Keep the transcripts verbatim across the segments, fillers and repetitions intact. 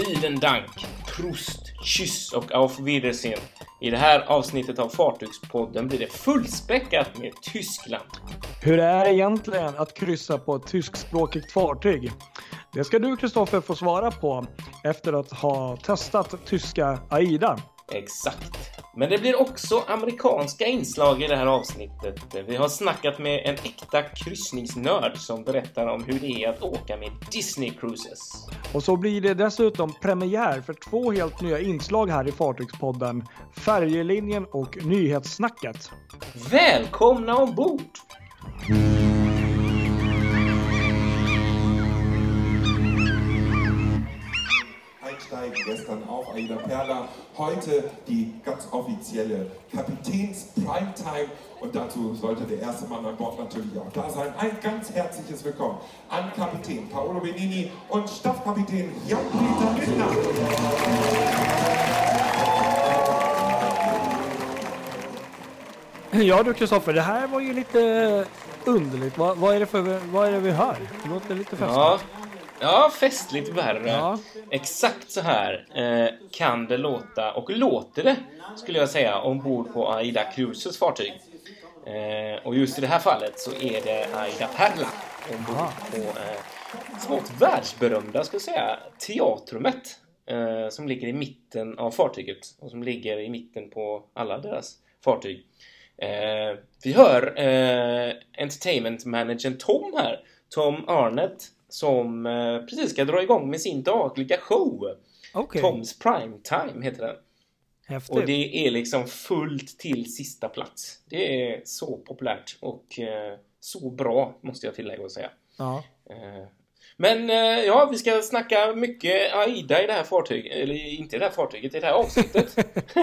Vielen Dank, Prost, Tschüss och Auf Wiedersehen. I det här avsnittet av Fartygspodden blir det fullspäckat med Tyskland. Hur är det egentligen att kryssa på ett tyskspråkigt fartyg? Det ska du, Kristoffer, få svara på efter att ha testat tyska AIDA. Exakt. Men det blir också amerikanska inslag i det här avsnittet. Vi har snackat med en äkta kryssningsnörd som berättar om hur det är att åka med Disney Cruises. Och så blir det dessutom premiär för två helt nya inslag här i Fartygspodden. Färjelinjen och nyhetssnacket. Välkomna ombord! Einsteigen, gestern auch AIDA Perla, heute die ganz offizielle Kapitäns Primetime und dazu sollte der erste Mann an Bord natürlich auch da sein. Ein ganz herzliches Willkommen an Kapitän Paolo Benini und Staffkapitän Jan-Peter Lindner. Ja du, Kristoffer, det här var ju lite underligt. Vad, vad, är, det för, vad är det vi hör? Det låter lite festligt. Ja. Ja, festligt värre. Ja. Exakt så här eh, kan det låta, och låter det, skulle jag säga, ombord på AIDA Cruises fartyg. Eh, och just i det här fallet så är det AIDA Perla ombord Aha. på eh, smått världsberömda, ska jag säga, teatrumet eh, som ligger i mitten av fartyget och som ligger i mitten på alla deras fartyg. Eh, vi hör eh, entertainment managern Tom här, Tom Arnett, som eh, precis ska dra igång med sin dagliga show. Okay. Toms Primetime heter den. Häftigt. Och det är liksom fullt till sista plats. Det är så populärt och eh, så bra, måste jag tillägga och säga. Ja. Eh, men eh, ja, vi ska snacka mycket AIDA i det här fartyget. Eller inte i det här fartyget, i det här avsnittet.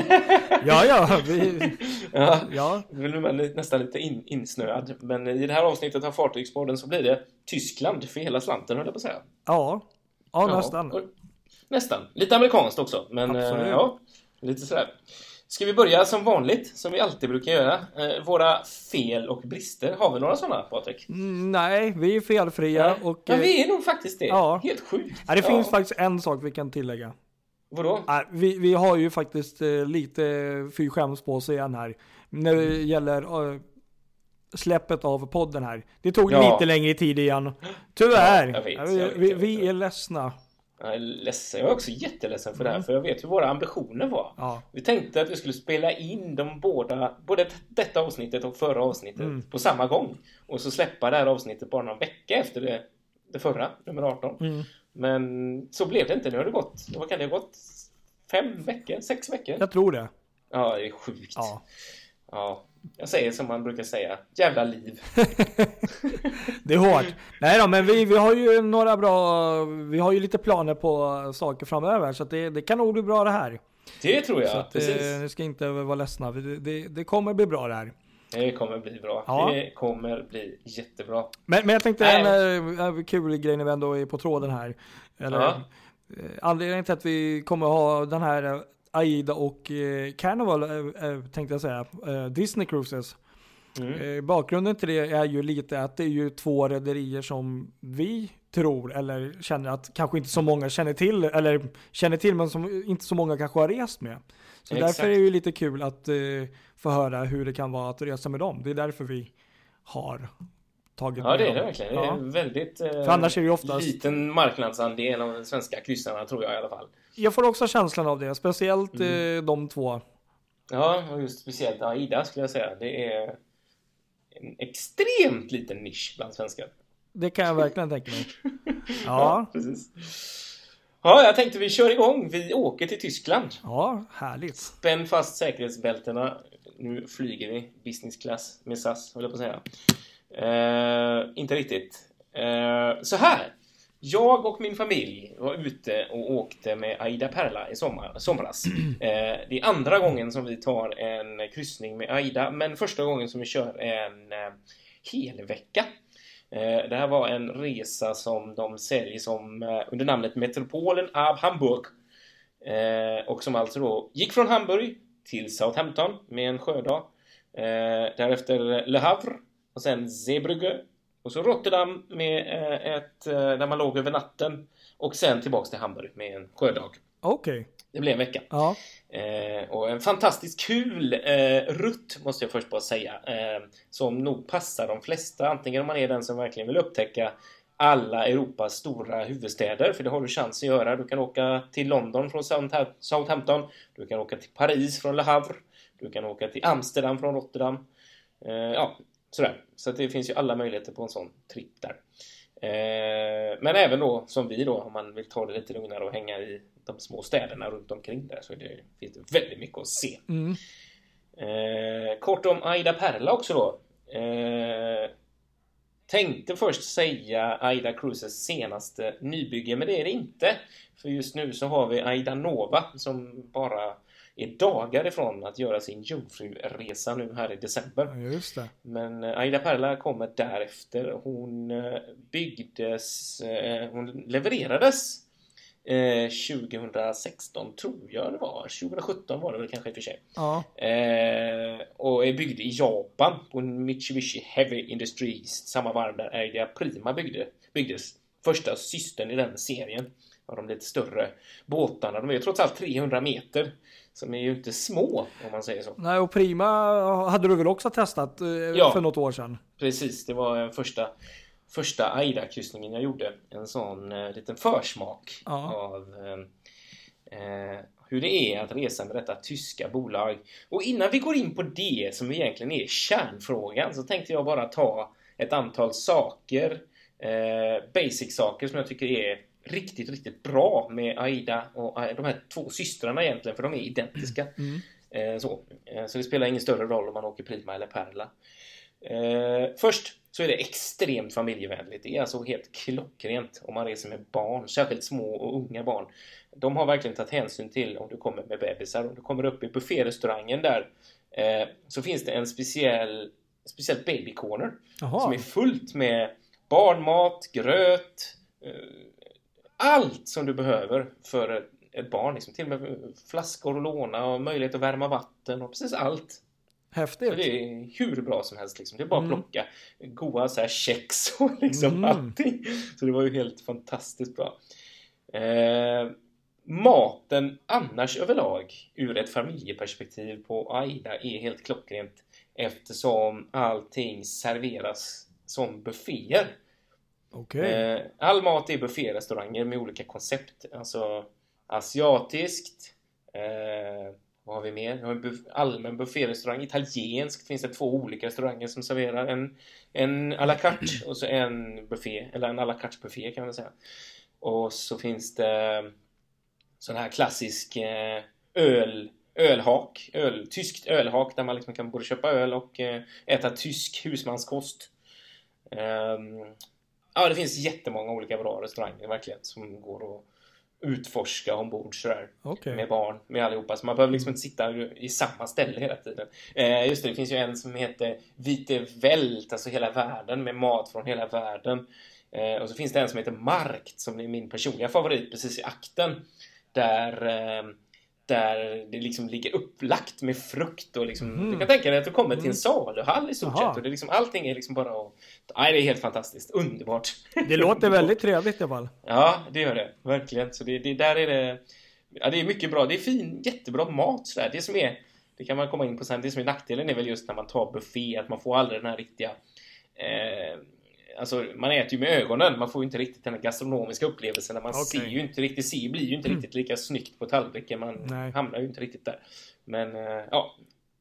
ja, ja. Vi... ja, ja. Nu är man nästan lite in, insnöad. Men i det här avsnittet av Fartygspodden så blir det Tyskland för hela slanten, höll jag på att säga. Ja, ja, ja nästan. Och, nästan. Lite amerikanskt också. Men eh, ja, lite sådär. Ska vi börja som vanligt, som vi alltid brukar göra? Eh, våra fel och brister. Har vi några sådana, Patrik? Mm, nej, vi är felfria. Nej. Och, ja, vi är nog faktiskt det. Ja. Helt sjukt. Ja, det ja. finns faktiskt en sak vi kan tillägga. Vadå? Ja, vi, vi har ju faktiskt eh, lite fy skäms på oss igen här. När det gäller eh, släppet av podden här. Det tog ja. lite längre tid igen. Tyvärr. Ja, jag vet, jag vet, vi, vi, vi är ledsna. Jag är ledsen. Jag är också jätteledsen för mm. det här. För jag vet hur våra ambitioner var. Ja. Vi tänkte att vi skulle spela in de båda, både detta avsnittet och förra avsnittet mm. på samma gång. Och så släppa det här avsnittet bara någon vecka efter det, det förra, nummer arton. Mm. Men så blev det inte. Nu har det gått, vad kan det ha gått? Fem veckor? Sex veckor? Jag tror det. Ja, det är sjukt. Ja. Ja. Jag säger som man brukar säga. Jävla liv. Det är hårt. Nej då, men vi, vi har ju några bra... Vi har ju lite planer på saker framöver. Så att det, det kan nog bli bra det här. Det tror jag, så att, precis. Eh, ni ska inte vara ledsna. Det, det, det kommer bli bra det här. Det kommer bli bra. Ja. Det kommer bli jättebra. Men, men jag tänkte Nej. en, en kul grej när vi ändå är på tråden här. Eller, ja. Anledningen till att vi kommer ha den här... AIDA och eh, Carnival eh, tänkte jag säga, eh, Disney Cruises. Mm. Eh, bakgrunden till det är ju lite att det är ju två rederier som vi tror eller känner att kanske inte så många känner till eller känner till men som inte så många kanske har rest med. Så Exakt. Därför är det ju lite kul att eh, få höra hur det kan vara att resa med dem. Det är därför vi har tagit Ja, med det är dem. det verkligen. Det är ja. väldigt eh, För annars är det oftast... liten marknadsandel av de svenska kryssarna, tror jag i alla fall. Jag får också känslan av det, speciellt mm. eh, de två. Ja, och just speciellt AIDA skulle jag säga. Det är en extremt liten nisch bland svenskar. Det kan jag verkligen tänka mig. Ja. Ja, precis. Ja, jag tänkte vi kör igång. Vi åker till Tyskland. Ja, härligt. Spänn fast säkerhetsbältena. Nu flyger vi business class med S A S, håller jag på att säga. Uh, inte riktigt. Uh, så här. Jag och min familj var ute och åkte med AIDA Perla i sommar, somras. Eh, det är andra gången som vi tar en kryssning med AIDA, men första gången som vi kör en eh, hel vecka. Eh, det här var en resa som de säljer som eh, under namnet Metropolen av Hamburg. Eh, och som alltså då gick från Hamburg till Southampton med en sjödag. Eh, därefter Le Havre och sen Zeebrugge. Och så Rotterdam med ett, där man låg över natten. Och sen tillbaks till Hamburg med en sjödag. Okej. Okay. Det blev en vecka. Ja. Eh, och en fantastiskt kul eh, rutt måste jag först bara säga. Eh, som nog passar de flesta. Antingen om man är den som verkligen vill upptäcka alla Europas stora huvudstäder. För det har du chans att göra. Du kan åka till London från Southampton. Du kan åka till Paris från Le Havre. Du kan åka till Amsterdam från Rotterdam. Eh, ja, sådär. Så att det finns ju alla möjligheter på en sån tripp där. Eh, men även då, som vi då, om man vill ta det lite lugnare och hänga i de små städerna runt omkring där, så det finns det väldigt mycket att se. Mm. Eh, kort om Aida Perla också då. Eh, tänkte först säga Aida Cruises senaste nybygge, men det är det inte. För just nu så har vi Aida Nova som bara är dagar ifrån att göra sin jungfruresa nu här i december. Ja, just det. Men Aida Perla kommer därefter. Hon byggdes, hon levererades tjugohundrasexton tror jag det var. tjugohundrasjutton var det väl kanske i och för sig. Ja. Eh, och är byggd i Japan på Mitsubishi Heavy Industries, samma varv där Aida Prima byggde, byggdes. Första systern i den serien. Av de lite större båtarna. De är ju trots allt trehundra meter. Som är ju inte små, om man säger så. Nej, och Prima hade du väl också testat eh, ja, för något år sedan? Precis, det var första, första Aida-kryssningen jag gjorde. En sån eh, liten försmak ja. av eh, hur det är att resa med detta tyska bolag. Och innan vi går in på det som egentligen är kärnfrågan, så tänkte jag bara ta ett antal saker, eh, basic-saker som jag tycker är riktigt, riktigt bra med Aida och de här två systrarna egentligen, för de är identiska. Mm. Eh, så. Eh, så det spelar ingen större roll om man åker Prima eller Perla. Eh, först så är det extremt familjevänligt. Det är alltså helt klockrent om man reser med barn, särskilt små och unga barn. De har verkligen tagit hänsyn till om du kommer med bebisar. Om du kommer upp i bufférestaurangen där, eh, så finns det en speciell speciellt baby corner. Aha. Som är fullt med barnmat, gröt, eh, allt som du behöver för ett, ett barn. Liksom. Till och med flaskor att låna och möjlighet att värma vatten och precis allt. Häftigt. Så det är hur bra som helst. Liksom. Det är bara mm. att plocka goda så här kex och liksom mm. allting. Så det var ju helt fantastiskt bra. Eh, maten annars överlag ur ett familjeperspektiv på Aida är helt klockrent. Eftersom allting serveras som bufféer. Okay. Eh, all mat är bufférestauranger med olika koncept. Alltså asiatiskt. Eh, vad har vi mer? Vi har en buff- allmän bufférestaurang. Italiensk finns det två olika restauranger som serverar en, en à la carte och så en buffé. Eller en à la carte buffé kan man säga. Och så finns det sån här klassisk eh, öl, ölhak. Öl, tyskt ölhak där man liksom kan både köpa öl och eh, äta tysk husmanskost. Um, Ja, det finns jättemånga olika bra restauranger verkligen som går att utforska ombord sådär. Okay. Med barn, med allihopa. Så man behöver liksom inte sitta i samma ställe hela tiden. Eh, just det, det finns ju en som heter Vite Welt, alltså hela världen med mat från hela världen. Eh, och så finns det en som heter Markt som är min personliga favorit precis i akten. Där... Eh, Där det liksom ligger upplagt med frukt och liksom, mm. du kan tänka dig att du kommer till en saluhall i stort sett. Och det är liksom, allting är liksom bara att, nej, det är helt fantastiskt, underbart. Det låter väldigt trevligt i alla fall. Ja, det gör det, verkligen. Så det, det där är det, ja, det är mycket bra, det är fin, jättebra mat sådär. Det som är, det kan man komma in på sen, det som är nackdelen är väl just när man tar buffé, att man får aldrig den här riktiga eh, alltså man äter ju med ögonen. Man får ju inte riktigt den gastronomiska upplevelsen. När man okay. ser ju inte riktigt, ser blir ju inte riktigt lika snyggt på tallriken. Man Nej. hamnar ju inte riktigt där. Men äh, ja.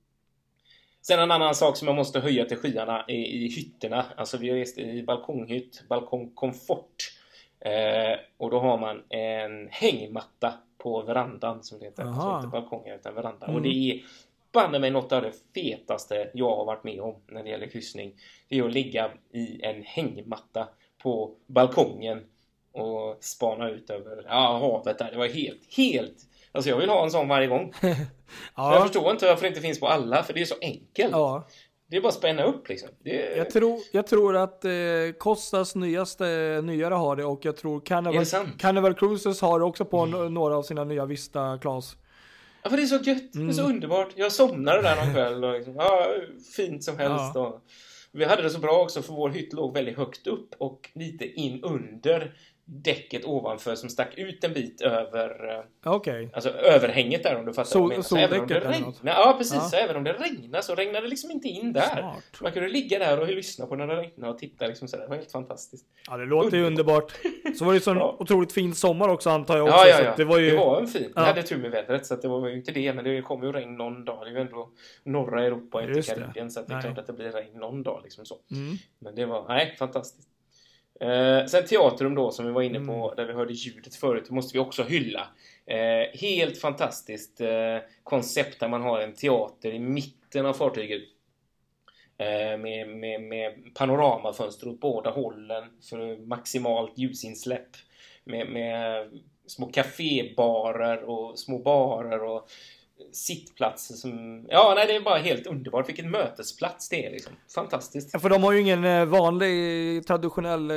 Sen en annan sak som man måste höja till skyarna är i hytterna. Alltså vi har rest i balkonghytt, balkongkomfort. Eh, och då har man en hängmatta på verandan som det heter. Aha. Alltså inte balkonger utan veranda. Mm. Och det är banne mig något av det fetaste jag har varit med om när det gäller kryssning. Det är att ligga i en hängmatta på balkongen och spana ut över ja, havet där. Det var helt, helt... Alltså jag vill ha en sån varje gång. Ja. Jag förstår inte varför det inte finns på alla, för det är så enkelt. Ja. Det är bara att spänna upp liksom. Det är... jag, tror, jag tror att eh, Costas nyaste nyare har det, och jag tror Carnival, Carnival Cruises har det också på mm. n- några av sina nya Vista Class. Ja, för det är så gött. Mm. Det är så underbart. Jag somnade där någon kväll och liksom, ja, fint som helst. Ja. Och, Vi hade det så bra också för vår hytt låg väldigt högt upp och lite in under däcket ovanför som stack ut en bit över okay. alltså överhänget där om du fattar Sol, vad jag menar. Så även om det regnar, ja precis, ja. Så även om det regnar så regnar det liksom inte in där. Smart. Man kunde ligga där och lyssna på när det regnar och titta liksom så där. Det var helt fantastiskt. Ja, det låter ju underbart. Så var det så en ja. otroligt fin sommar också antar jag också. Ja, ja, ja. Så det var ju det var en fin. Ja. Vi hade tur med vädret så att det var ju inte det, men det kom ju regn någon dag. Det är ju ändå norra Europa och inte Karibien så att det är nej. klart att det blir regn någon dag liksom så. Mm. Men det var nej, fantastiskt. Eh, sen teatrum då som vi var inne på mm. där vi hörde ljudet förut, det måste vi också hylla. Eh, helt fantastiskt eh, koncept där man har en teater i mitten av fartyget eh, med, med, med panoramafönster åt båda hållen för maximalt ljusinsläpp med, med små kafébarer och små barer och sittplatser som... Ja, nej, det är bara helt underbart. Vilken mötesplats det är liksom. Fantastiskt. Ja, för de har ju ingen vanlig traditionell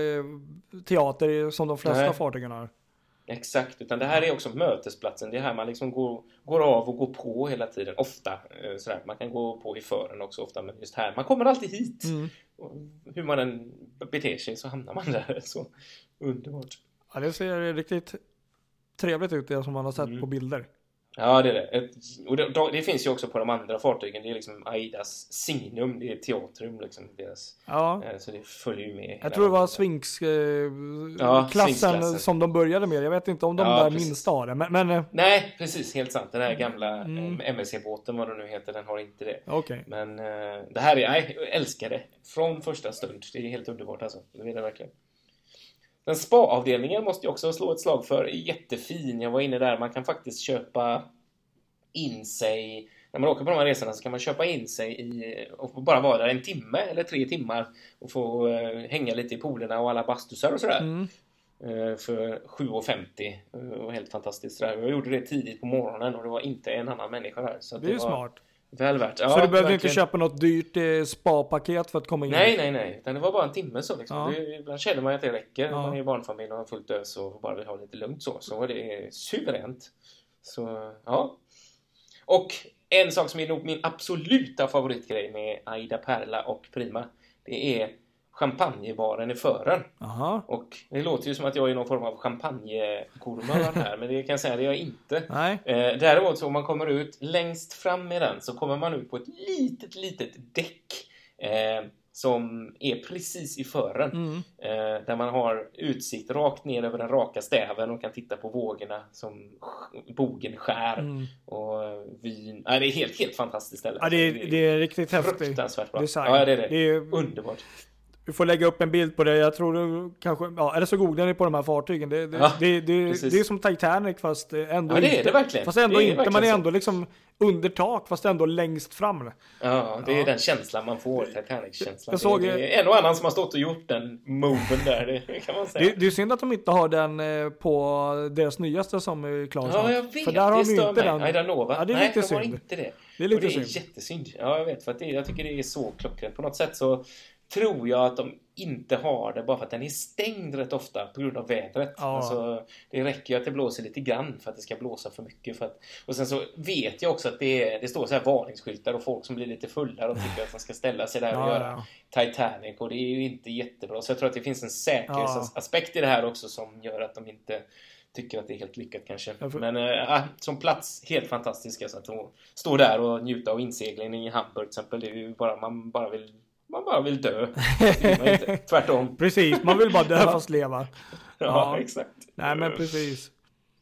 teater som de flesta nej. fartygen har. Exakt, utan det här är också mötesplatsen. Det är här man liksom går, går av och går på hela tiden. Ofta. Sådär. Man kan gå på i fören också ofta, men just här. Man kommer alltid hit. Mm. Hur man än beter sig så hamnar man där. Så underbart. Ja, det ser riktigt trevligt ut det som man har sett mm. på bilder. Ja, det är det. Ett, och det, det finns ju också på de andra fartygen. Det är liksom Aidas signum, det är teatrum liksom deras. Ja. Så det följer ju med. Jag tror det var Swings eh, ja, klassen som de började med. Jag vet inte om de ja, där minsta har det. Men, men, nej, precis. Helt sant. Den här gamla mm. M S C-båten, vad det nu heter, den har inte det. Okay. Men eh, det här är, nej, jag älskar det. Från första stund. Det är helt underbart alltså. Det är det verkligen. Den spa-avdelningen måste jag också slå ett slag för. Jättefin. Jag var inne där. Man kan faktiskt köpa in sig. När man åker på de här resorna så kan man köpa in sig i, och bara vara där en timme eller tre timmar. Och få uh, hänga lite i poolerna och alla bastusar och sådär. Mm. Uh, för sju femtio. Det uh, var helt fantastiskt. Sådär. Jag gjorde det tidigt på morgonen och det var inte en annan människa där. Så det är det var smart. Väl värt. Ja, så du behövde verkligen inte köpa något dyrt eh, spa-paket för att komma in? Nej, nej, nej. Utan det var bara en timme så liksom. Ja. Det, ibland känner man att det räcker. Ja. Man är barnfamilj och har fullt ös och bara vill ha lite lugnt så. Så var det suveränt. Så, ja. Och en sak som är nog min absoluta favoritgrej med Aida Perla och Prima. Det är champagnebaren i fören. Aha. Och det låter ju som att jag är någon form av champagnekormör här, men det kan jag säga det är jag inte. Nej. Eh, däremot så om man kommer ut längst fram med den så kommer man ut på ett litet, litet däck eh, som är precis i fören. Mm. Eh, där man har utsikt rakt ner över den raka stäven och kan titta på vågorna som bogen skär. Mm. Och vin. Ja, det är helt, helt fantastiskt ställe. Ja, det är, det är riktigt häftigt. Fruktansvärt bra. Design. Ja, det är det. Det är underbart. Du får lägga upp en bild på det. Jag tror du kanske... Ja, eller så googlar ni på de här fartygen. Det, det, ja, det, det, det är som Titanic fast ändå ja, det är inte. Det verkligen. Fast ändå det är inte. Man är ändå liksom under tak fast ändå längst fram. Ja, det är ja. den känslan man får. Titanic-känslan. Jag såg, det, det är en och annan som har stått och gjort den moven där. Det kan man säga. Det, det är synd att de inte har den på deras nyaste som är klar. Ja, jag vet. För där har de inte mig. den. Aida Nova. Ja, det är Nej, lite de synd. har inte det. Det är lite och det är synd. jättesynd. Ja, jag vet. För att det, jag tycker det är så klockrent. På något sätt så tror jag att de inte har det bara för att den är stängd rätt ofta på grund av vädret. Ja. Alltså, det räcker ju att det blåser lite grann för att det ska blåsa för mycket. För att, och sen så vet jag också att det, är, det står så här varningsskyltar och folk som blir lite fulla och tycker att man ska ställa sig där och ja, göra ja. Titanic och det är ju inte jättebra. Så jag tror att det finns en säkerhetsaspekt i det här också som gör att de inte tycker att det är helt lyckat kanske. Ja, för... Men äh, som plats helt fantastisk alltså, att stå där och njuta av inseglingen i Hamburg till exempel. Det är ju bara, man bara vill Man bara vill dö. Inte. Tvärtom. Precis, man vill bara dö fast leva. Ja, ja, exakt. Nej, men precis.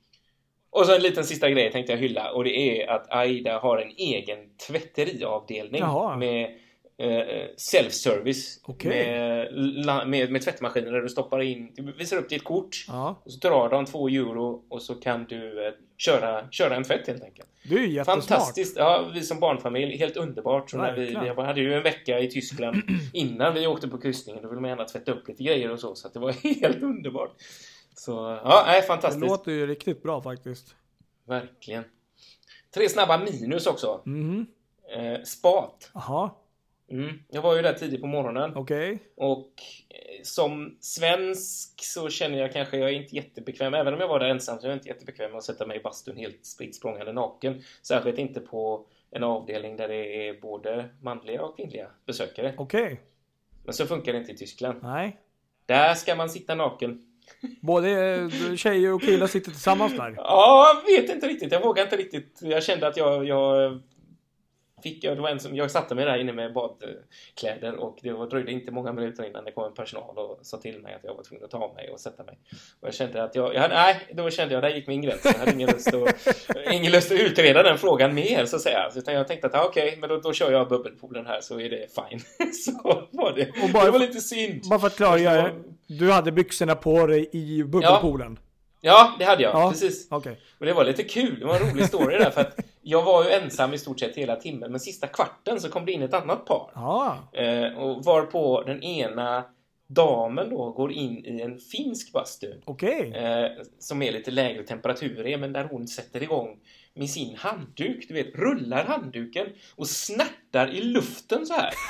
Och så en liten sista grej tänkte jag hylla. Och det är att Aida har en egen tvätteriavdelning. Jaha. Med eh, self-service. Okay. Med, med, med tvättmaskiner där du stoppar in. Du visar upp ditt kort. Ja. Och så drar de två euro. Och så kan du eh, köra, köra en tvätt helt enkelt. Det är ju jättesmart. Fantastiskt. Ja, vi som barnfamilj, helt underbart. Så när vi, vi hade ju en vecka i Tyskland innan vi åkte på kryssningen. Då ville man gärna tvätta upp lite grejer och så. Så att det var helt underbart. Så, ja, nej, fantastiskt. Det låter ju riktigt bra faktiskt. Verkligen. Tre snabba minus också. Mm. Eh, spat. Aha. Mm. Jag var ju där tidigt på morgonen. Okej. Okay. Och eh, som svensk så känner jag kanske jag är inte jättebekväm. Även om jag var där ensam så är jag inte jättebekväm med att sätta mig i bastun helt spritt språngande naken. Särskilt inte på en avdelning där det är både manliga och kvinnliga besökare. Okej. Okay. Men så funkar det inte i Tyskland. Nej. Där ska man sitta naken. Både tjejer och killar sitter tillsammans där. Ja, jag vet inte riktigt. Jag vågar inte riktigt. Jag kände att jag... jag fick jag, det var en som, jag satte mig där inne med badkläder och det var, dröjde inte många minuter innan det kom en personal och sa till mig att jag var tvungen att ta av mig och sätta mig. Och jag kände att jag, jag hade, nej, då kände jag, där gick min gräns. Jag hade ingen lust att, ingen lust att utreda den frågan mer, så att säga. Så jag tänkte att ah, okej, okay, men då, då kör jag bubbelpoolen här så är det fine. Så var det. Och bara, det var lite synd. Bara för att klargöra, du hade byxorna på dig i bubbelpoolen. Ja. Ja, det hade jag. Ja, precis. Okay. Och det var lite kul. Det var en rolig story där. För att jag var ju ensam i stort sett hela timmen. Men sista kvarten så kom det in ett annat par. Ah. Eh, och var på den ena damen då går in i en finsk bastu. Okay. Eh, som är lite lägre temperatur. Men där hon sätter igång med sin handduk. Du vet, rullar handduken och snärtar i luften så här.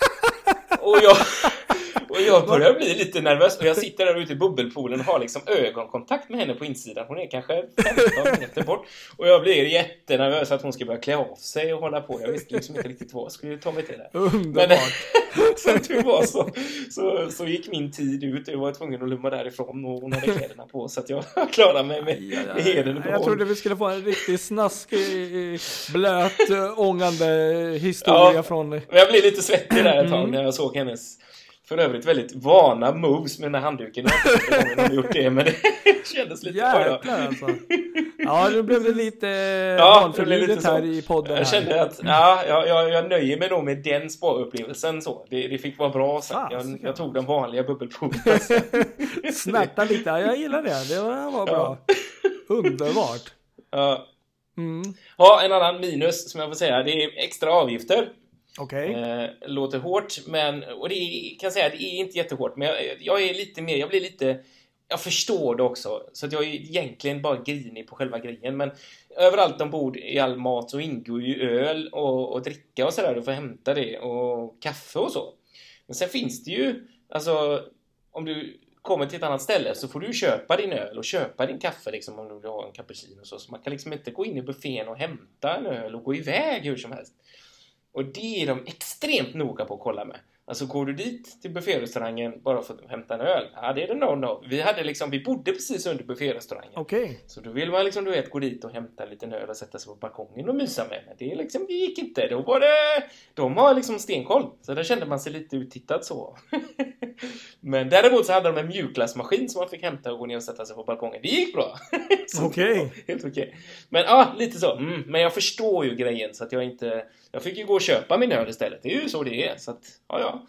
Och jag... Och jag börjar bli lite nervös. Och jag sitter där ute i bubbelpoolen och har liksom ögonkontakt med henne på insidan. Hon är kanske femton meter bort. Och jag blir jättenervös att hon ska börja klä av sig och hålla på. Jag visste liksom inte riktigt vad jag skulle ta mig till det. Underbart. Men sen det var så, så, så gick min tid ut. Jag var tvungen att lumma därifrån och hon hade kläderna på. Så att jag klarade mig med, ja, ja, med heden på. Jag trodde vi skulle få en riktigt snaskig, blöt, ångande historia ja, från... Men jag blev lite svettig där ett tag mm. när jag såg hennes... För övrigt väldigt vana moves med den här handduken. Jag har inte gången gjort det, men det kändes lite... Jäklar alltså. Ja, nu blev det lite ja, valförbjudet här i podden. Jag kände att ja, jag, jag, jag nöjer mig nog med den spa-upplevelsen. Så. Det, det fick vara bra sen. Jag, jag tog den vanliga bubbelpoolen. Snärta lite, jag gillar det. Det var, var bra. Ja. Underbart. Ja. Mm. Ja, en annan minus som jag får säga. Det är extra avgifter. Okay. Eh, låter hårt, men och det är, kan jag säga, det är inte jättehårt, men jag, jag är lite mer, jag blir lite, jag förstår det också, så att jag är egentligen bara grinig på själva grejen, men överallt ombord i all mat så ingår ju öl och, och dricka och sådär, du får hämta det och kaffe och så. Men sen finns det ju, alltså om du kommer till ett annat ställe så får du köpa din öl och köpa din kaffe liksom, om du vill ha en cappuccino och så, så man kan liksom inte gå in i buffén och hämta en öl och gå iväg hur som helst. Och det är de extremt noga på att kolla med. Alltså går du dit till bufférestaurangen bara för att hämta en öl? Ja, det är det no no. Vi hade liksom, vi bodde precis under bufférestaurangen. Okej. Okay. Så då vill man liksom, du vet, gå dit och hämta en liten öl och sätta sig på balkongen och mysa med. Men det är liksom, det gick inte. Då var det, de har liksom stenkoll. Så där kände man sig lite uttittad så. Men däremot så hade de en mjukglassmaskin som man fick hämta och gå ner och sätta sig på balkongen. Det gick bra. Okej. Okay. Helt okej. Okay. Men ja, lite så. Mm, men jag förstår ju grejen så att jag inte... Jag fick ju gå och köpa min öl istället. Det är ju så det är. Så att, ja, ja.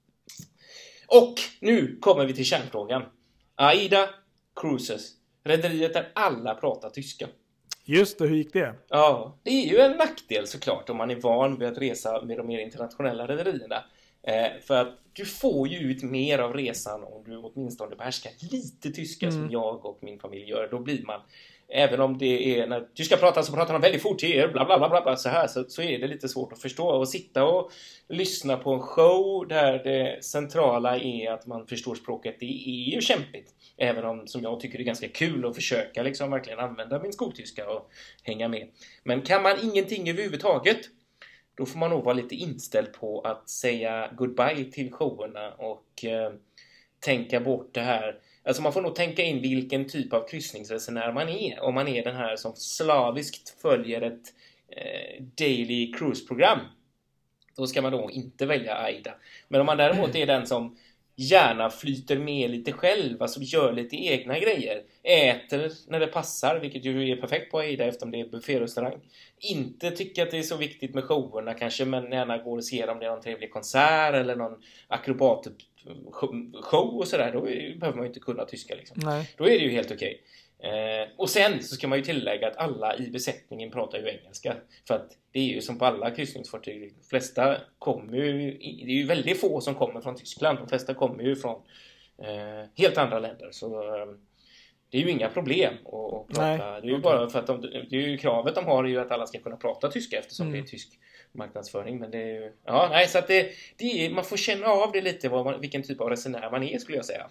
Och nu kommer vi till kärnfrågan. AIDA Cruises. Rederiet där alla pratar tyska. Just det, hur gick det? Ja, det är ju en nackdel såklart om man är van vid att resa med de mer internationella rederierna. Eh, för att du får ju ut mer av resan om du åtminstone behärskar lite tyska mm. som jag och min familj gör. Då blir man... Även om det är när tyska pratar så pratar de väldigt fort till er, bla bla bla bla så här, så, så är det lite svårt att förstå. Och sitta och lyssna på en show där det centrala är att man förstår språket, det är ju kämpigt. Även om, som jag tycker, det är ganska kul att försöka liksom verkligen använda min skoltyska och hänga med. Men kan man ingenting överhuvudtaget, då får man nog vara lite inställd på att säga goodbye till showerna och eh, tänka bort det här. Alltså man får nog tänka in vilken typ av kryssningsresenär man är. Om man är den här som slaviskt följer ett eh, daily cruise-program. Då ska man då inte välja AIDA. Men om man däremot är den som gärna flyter med lite själv. Alltså gör lite egna grejer. Äter när det passar. Vilket ju är perfekt på AIDA eftersom det är bufférestaurang. Inte tycker att det är så viktigt med showerna kanske. Men gärna går och ser om det är någon trevlig konsert. Eller någon akrobat show och sådär, då behöver man ju inte kunna tyska liksom. Nej. Då är det ju helt okej. Eh, och sen så ska man ju tillägga att alla i besättningen pratar ju engelska. För att det är ju som på alla kryssningsfartyg. De flesta kommer ju, det är ju väldigt få som kommer från Tyskland. De flesta kommer ju från eh, helt andra länder. Så eh, det är ju inga problem att, att prata. Nej. Det är ju okay. bara för att de, det är ju kravet de har är ju att alla ska kunna prata tyska eftersom mm. det är tysk marknadsföring, men det är ju... Ja, nej, så att det, det är, man får känna av det lite vad man, vilken typ av resenär man är, skulle jag säga.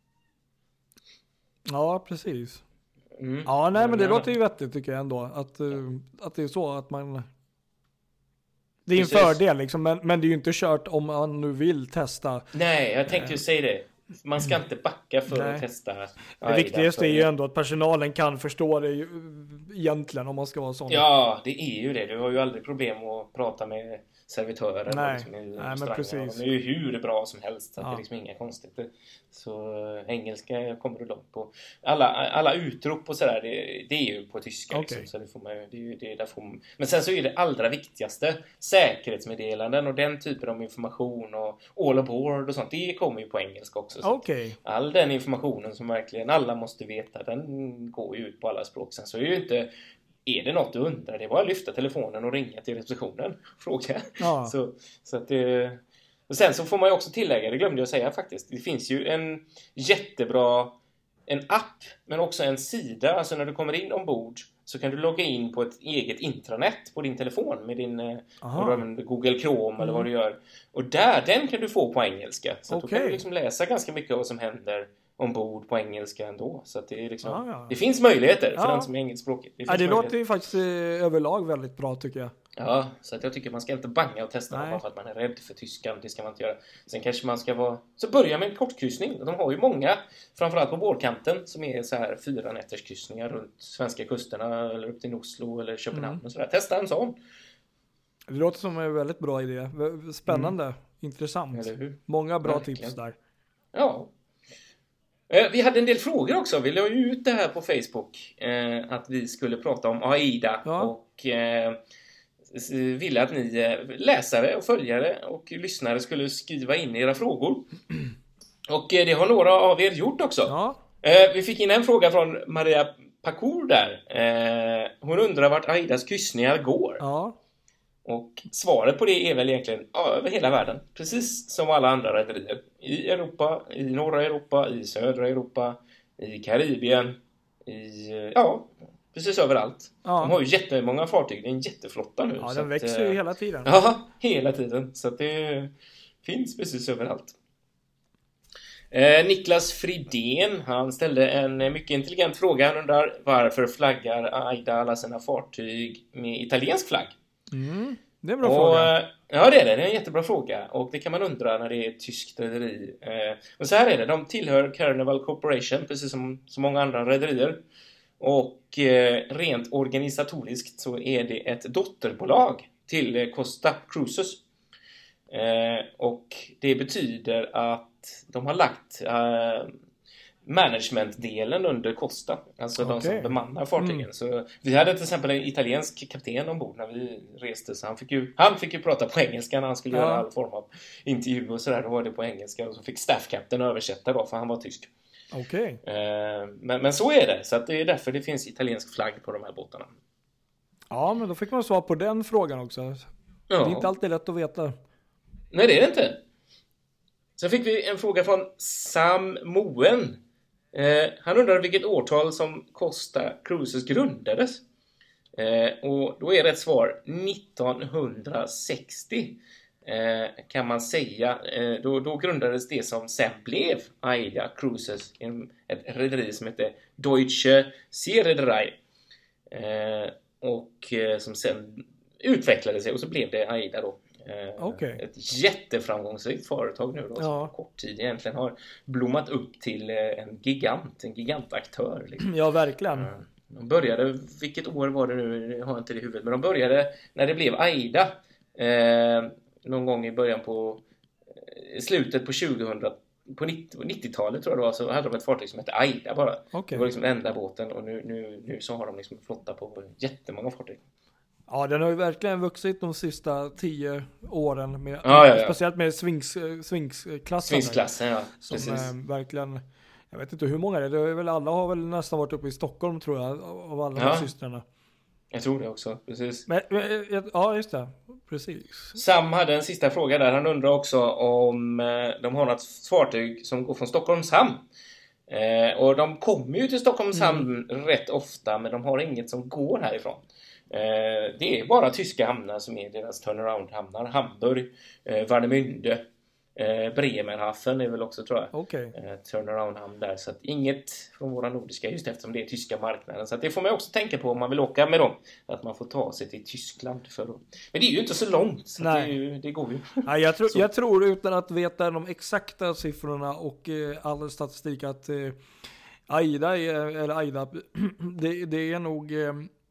Ja, precis. Mm. Ja, nej, men det men, låter ju vettigt tycker jag ändå. Att, uh, att det är så att man... Det är en Precis. fördel liksom, men, men det är ju inte kört om man nu vill testa. Nej, jag tänkte ju säga det. Man ska inte backa för Nej. att testa. Det viktigaste är ju ändå att personalen kan förstå det ju, egentligen, om man ska vara sån. Ja, det är ju det. Du har ju aldrig problem att prata med servitören. Nej. Liksom, i Nej, men precis. De är ju hur bra som helst. Så Ja. det är liksom inga konstigheter. Så äh, engelska kommer du långt på. Alla, alla utrop och sådär, det, det är ju på tyska. Okay. Liksom, så det får man, det är ju, det är där får man, men sen så är det allra viktigaste säkerhetsmeddelanden och den typen av information och all aboard och sånt. Det kommer ju på engelska också. Så Okay. all den informationen som verkligen alla måste veta, den går ju ut på alla språk. Sen så är det ju inte... Är det något du undrar? Det är bara att lyfta telefonen och ringa till receptionen. Fråga. Ja. Så, så att det... Och sen så får man ju också tillägga, det glömde jag säga faktiskt. Det finns ju en jättebra... En app, men också en sida. Alltså när du kommer in ombord så kan du logga in på ett eget intranät på din telefon med din eh, Google Chrome eller vad du gör. Och där, den kan du få på engelska. Så att Okay. då kan du liksom läsa ganska mycket av vad som händer ombord på engelska ändå. Så att det är liksom... Ah, ja. Det finns möjligheter för Ja. den som är engelskspråkig. Det, Ja, det låter ju faktiskt eh, överlag väldigt bra, tycker jag. Ja, så att jag tycker man ska inte banga och testa Nej. bara för att man är rädd för tyskan. Det ska man inte göra. Sen kanske man ska vara... Så börja med en kortkryssning. De har ju många, framförallt på vårkanten, som är så här fyra nätters kryssningar runt svenska kusterna eller upp till Oslo eller Köpenhamn Mm. och sådär. Testa en sån. Det låter som en väldigt bra idé. Spännande, intressant. Eller hur? Många bra Verkligen. tips där. Ja. Eh, Vi hade en del frågor också. Vi la ju ut det här på Facebook. Eh, att vi skulle prata om AIDA. Ja. Och eh, s- ville att ni eh, läsare och följare och lyssnare skulle skriva in era frågor. Och eh, det har några av er gjort också. Ja, Eh, vi fick in en fråga från Maria Pakour där. Eh, hon undrar vart AIDAs kryssningar går. ja. Och svaret på det är väl egentligen ja, över hela världen. Precis som alla andra rederier. I Europa, i norra Europa, i södra Europa, i Karibien, i, ja, precis överallt. Ja. De har ju jättemånga fartyg. Det är en jätteflotta nu. Ja, så den att, växer ju eh, hela tiden. Ja, hela tiden. Så att det finns precis överallt. Eh, Niklas Fridén, han ställde en mycket intelligent fråga. Han undrar varför flaggar AIDA alla sina fartyg med italiensk flagg? Mm, det är en bra Och, fråga. eh, ja, det är det. Det är en jättebra fråga. Och det kan man undra när det är ett tyskt rederi. Eh, men så här är det. De tillhör Carnival Corporation, precis som så många andra rederier. Och eh, rent organisatoriskt så är det ett dotterbolag till eh, Costa Cruises. Eh, och det betyder att de har lagt eh, managementdelen under Costa. Alltså de Okej. som bemannar fartygen. Mm. Så vi hade till exempel en italiensk kapten ombord när vi reste. Så han fick ju, han fick ju prata på engelska när han skulle Ja. göra all form av intervju och sådär. Då var det på engelska. Och så fick staffkapten översätta då, för han var tysk. Okej. Eh, men, men så är det. Så att det är därför det finns italiensk flagg på de här båtarna. Ja, men då fick man svar på den frågan också. Det är inte alltid lätt att veta. Nej, det är det inte. Sen fick vi en fråga från Sam Moen. Eh, han undrar vilket årtal som Costa Cruises grundades. Eh, och då är rätt svar nittonhundrasextio. Eh, kan man säga. Eh, då, då grundades det som sen blev AIDA Cruises. En, ett rederi som heter Deutsche Seereederei. Eh, och eh, som sen utvecklade sig och så blev det AIDA då. Eh, Okej. Ett jätteframgångsrikt företag nu då, som Ja. på kort tid egentligen har blommat upp till eh, en gigant, en gigantaktör. Liksom. Ja, verkligen. De började, vilket år var det nu, jag har inte det i huvudet, men de började när det blev AIDA eh, någon gång i början på eh, slutet på tjugohundra, på nittiotalet tror jag det var, så hade de ett fartyg som hette AIDA bara. Okej. Det var liksom den enda båten och nu, nu, nu så har de liksom en flotta på jättemånga fartyg. Ja, den har ju verkligen vuxit de sista tio åren. Med, Ja, ja, ja. Speciellt med swings, svingsklassen. Svingsklassen, ja. Som Precis. eh, verkligen, jag vet inte hur många det är. Det är väl, alla har väl nästan varit uppe i Stockholm tror jag. Av alla Ja. de här systrarna. Jag tror det också, precis. Men, men, ja, just det. Precis. Sam hade en sista fråga där. Han undrar också om eh, de har något fartyg som går från Stockholms hamn. Eh, och de kommer ju till Stockholms hamn rätt ofta, men de har inget som går härifrån. Eh, det är bara tyska hamnar som är deras turnaround-hamnar. Hamburg, eh, Warnemünde Eh, Bremerhaven är väl också, tror jag. Okay. Eh, turnaround-hamn där. Så att inget från våra nordiska, just eftersom det är tyska marknaden. Så att det får man också tänka på om man vill åka med dem. Att man får ta sig till Tyskland. För att... Men det är ju inte så långt. Så det, är ju, det går ju. Nej, jag, tro, jag tror, utan att veta de exakta siffrorna och eh, all statistik, att eh, Aida, eller Aida, det, det är nog... Eh,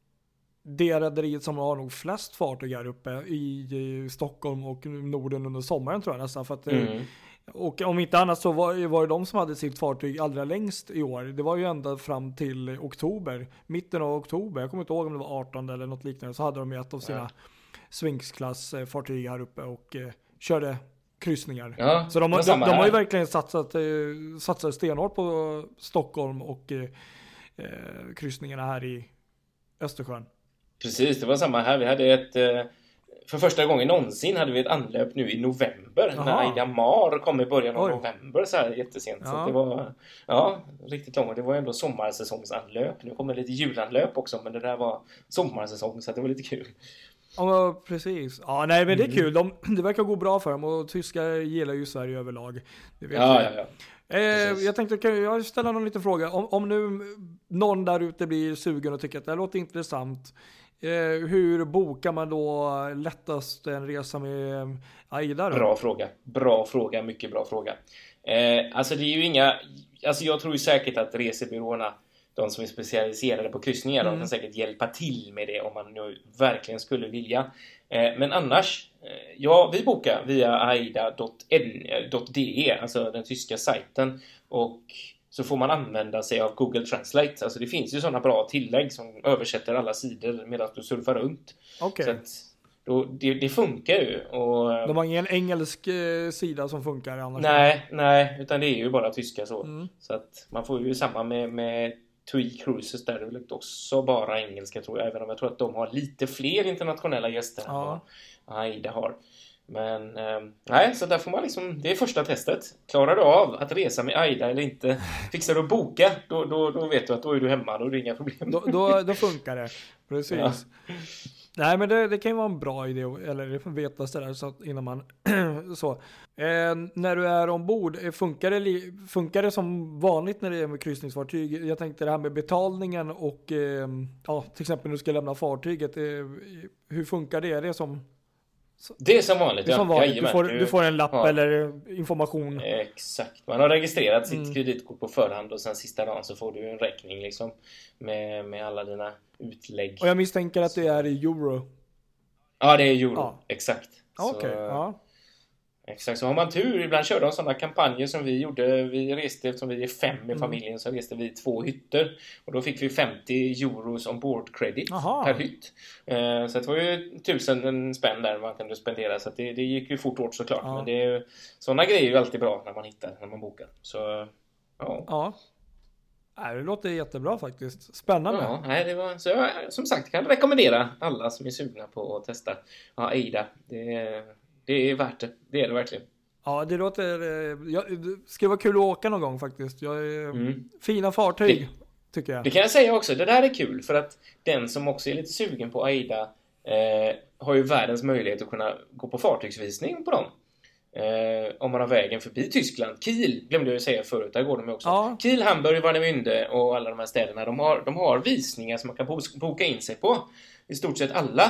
det rederiet som har nog flest fartyg här uppe i, i Stockholm och Norden under sommaren, tror jag nästan. För att, mm. Och om inte annat så var, var det de som hade sitt fartyg allra längst i år. Det var ju ända fram till oktober, mitten av oktober. Jag kommer inte ihåg om det var arton eller något liknande. Så hade de ett av sina ja. Swings-klass-fartyg här uppe och eh, körde kryssningar. Ja, så de, de, de, de har ju verkligen satsat, eh, satsat stenhårt på Stockholm och eh, kryssningarna här i Östersjön. Precis, det var samma här. Vi hade ett, för första gången någonsin hade vi ett anlöp nu i november. Aha. När Aida Mar kom i början av Oj. november så här jättesent. Ja. Så det var ja, riktigt långt. Det var ändå sommarsäsongsanlöp. Nu kommer lite julanlöp också, men det där var sommarsäsong, så det var lite kul. Ja, precis. Ja, nej, men det är kul. De, det verkar gå bra för dem, och tyskar gillar ju Sverige överlag. Det vet ja, ja, ja. Eh, jag tänkte, kan jag ställa någon liten fråga? Om, om nu någon där ute blir sugen och tycker att det låter intressant, eh, hur bokar man då lättast en resa med Aida då? Bra fråga. Bra fråga, mycket bra fråga. Eh, alltså det är ju inga... Alltså jag tror ju säkert att resebyråerna, de som är specialiserade på kryssningar, mm. de kan säkert hjälpa till med det om man nu verkligen skulle vilja. Eh, men annars, eh, ja, vi bokar via aida dot de, alltså den tyska sajten, och så får man använda sig av Google Translate. Alltså det finns ju sådana bra tillägg som översätter alla sidor medan du surfar runt. Okay. Så att då, det, det funkar ju. Och, de har ingen engelsk eh, sida som funkar annars? Nej, nej, utan det är ju bara tyska så. Mm. Så att man får ju samma med... med TUI Cruises, där är det också bara engelska, tror jag, även om jag tror att de har lite fler internationella gäster ja. än vad Aida har. Men eh, nej, så där får man liksom, det är första testet. Klarar du av att resa med Aida eller inte? Fixar du att boka, då, då, då vet du att då är du hemma, då är det inga problem. Då, då, då funkar det, precis. Ja. Nej, men det, det kan ju vara en bra idé, eller veta sådär, så att innan man så. Eh, när du är ombord, funkar det, funkar det som vanligt när det är med kryssningsfartyg? Jag tänkte det här med betalningen och eh, ja, till exempel när du ska lämna fartyget, eh, hur funkar det? Är det som Det är som vanligt, det är som ja. vanligt. Du, får, du får en lapp ja. eller information. Exakt. Man har registrerat sitt mm. kreditkort på förhand, och sen sista dagen så får du en räkning liksom med, med alla dina utlägg. Och jag misstänker att det är i euro. Ja, det är euro. Ja. Exakt. Okej, okay. ja. Exakt, så har man tur. Ibland kör de sådana kampanjer som vi gjorde. Vi reste, eftersom vi är fem i familjen, mm. så reste vi två hytter. Och då fick vi femtio euros ombord credit Aha. per hytt. Eh, så det var ju tusen spänn där man kunde spendera. Så det, det gick ju fort åt såklart. Ja. Men det är, sådana grejer är ju alltid bra när man hittar, när man bokar. Så, ja. Ja. Nej, det låter jättebra faktiskt. Spännande. Ja, nej, det var, så jag, som sagt, kan rekommendera alla som är sugna på att testa ja, Aida. Det är... Det är värt det. Det är det verkligen. Ja, det låter... Ja, det ska vara kul att åka någon gång faktiskt. Jag är, mm. Fina fartyg, det, tycker jag. Det kan jag säga också. Det där är kul. För att den som också är lite sugen på Aida eh, har ju världens möjlighet att kunna gå på fartygsvisning på dem. Eh, om man har vägen förbi Tyskland. Kiel, glömde jag säga förut. Där går de också. Ja. Kiel, Hamburg, Warnemünde och alla de här städerna. De har, de har visningar som man kan boka in sig på. I stort sett alla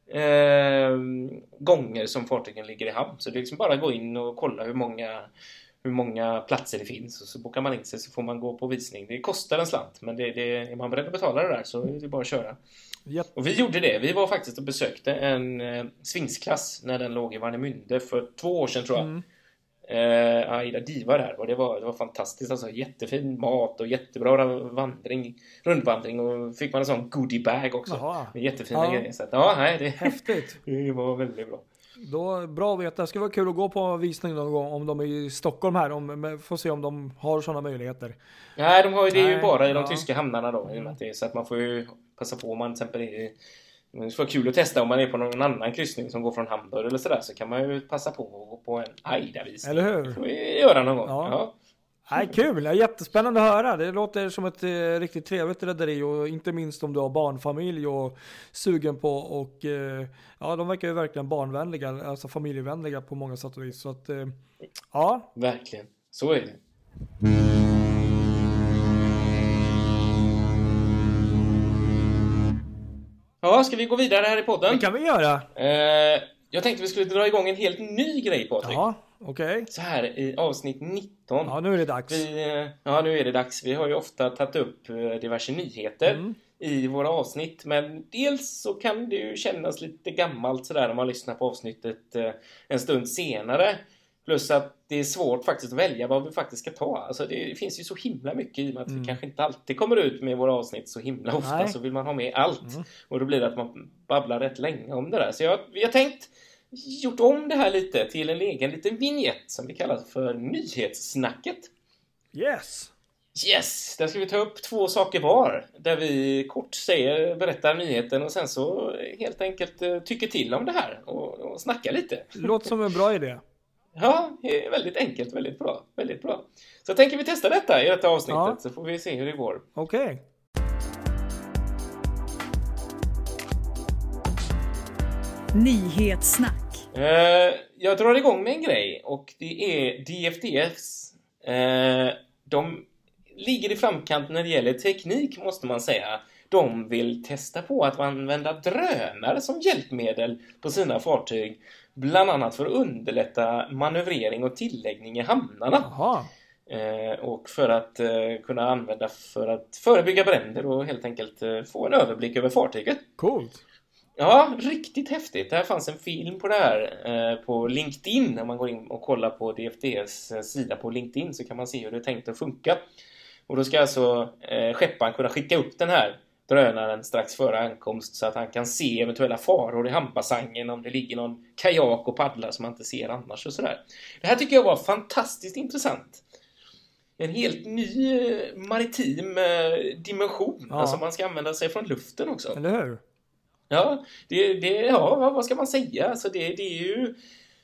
Eh, gånger som fartygen ligger i hamn. Så det är liksom bara att gå in och kolla hur många hur många platser det finns, och så bokar man in sig, så får man gå på visning. Det kostar en slant, men det, det, är man beredd att betala det där, så är det bara att köra. Yep. Och vi gjorde det. Vi var faktiskt och besökte en eh, svingsklass när den låg i Warnemünde för två år sedan, tror jag. Mm. Eh, Aida Diva där, och det var, det var fantastiskt, alltså jättefin mat och jättebra vandring, rundvandring, och fick man en sån goodie bag också. Jaha. Med jättefina ja. grejer. Så att, ja, nej, det, häftigt. Det var väldigt bra. Då, bra att veta. Det skulle vara kul att gå på visning någon gång om de är i Stockholm här, om, får se om de har sådana möjligheter. Nej, de har ju det nej, ju bara i de ja. tyska hamnarna då, i och med att det, så att man får ju passa på om man till exempel är. Men det skulle vara kul att testa om man är på någon annan kryssning som går från Hamburg eller sådär, så kan man ju passa på att gå på en Aida-visning. Eller hur? Det får vi göra någon gång. Ja. Ja. Nej, kul. Det är jättespännande att höra. Det låter som ett eh, riktigt trevligt rederi och inte minst om du har barnfamilj och sugen på och eh, ja, de verkar ju verkligen barnvänliga, alltså familjevänliga på många sätt och vis. Så att eh, ja. Verkligen. Så är det. Ja, ska vi gå vidare här i podden? Det kan vi göra. Eh, jag tänkte vi skulle dra igång en helt ny grej, Patrik. Ja, okej. Okay. Så här i avsnitt nitton. Ja, nu är det dags. Vi, ja, nu är det dags. Vi har ju ofta tagit upp diverse nyheter mm. i våra avsnitt. Men dels så kan det ju kännas lite gammalt sådär när man lyssnar på avsnittet eh, en stund senare. Plus att det är svårt faktiskt att välja vad vi faktiskt ska ta. Alltså det finns ju så himla mycket i och med att mm. vi kanske inte alltid kommer ut med våra avsnitt så himla ofta. Nej. Så vill man ha med allt. Mm. Och då blir det att man babblar rätt länge om det där. Så jag, vi har tänkt gjort om det här lite till en egen liten vignett som vi kallar för nyhetssnacket. Yes! Yes! Där ska vi ta upp två saker var. Där vi kort säger, berättar nyheten och sen så helt enkelt tycker till om det här. Och, och snackar lite. Låter som en bra idé. Ja, väldigt enkelt, väldigt bra, väldigt bra. Så tänker vi testa detta i detta avsnittet ja. Så får vi se hur det går. Okej. Okay. Nyhetssnack. Eh, jag drar igång med en grej och det är D F D S. Eh, de ligger i framkant när det gäller teknik måste man säga. De vill testa på att använda drönare som hjälpmedel på sina fartyg. Bland annat för att underlätta manövrering och tilläggning i hamnarna. Jaha. Eh, och för att eh, kunna använda för att förebygga bränder och helt enkelt eh, få en överblick över fartyget. Coolt. Ja, riktigt häftigt. Det här fanns en film på det här eh, på LinkedIn. När man går in och kollar på D F D S eh, sida på LinkedIn så kan man se hur det är tänkt att funka. Och då ska alltså eh, skepparen kunna skicka upp den här drönaren strax före ankomst så att han kan se eventuella faror i hamnbassängen om det ligger någon kajak och paddlar som man inte ser annars och sådär. Det här tycker jag var fantastiskt intressant. En helt ny eh, maritim eh, dimension. Ja. Alltså man ska använda sig från luften också. Eller hur? Ja, det, det, ja, vad ska man säga? Alltså det, det är ju...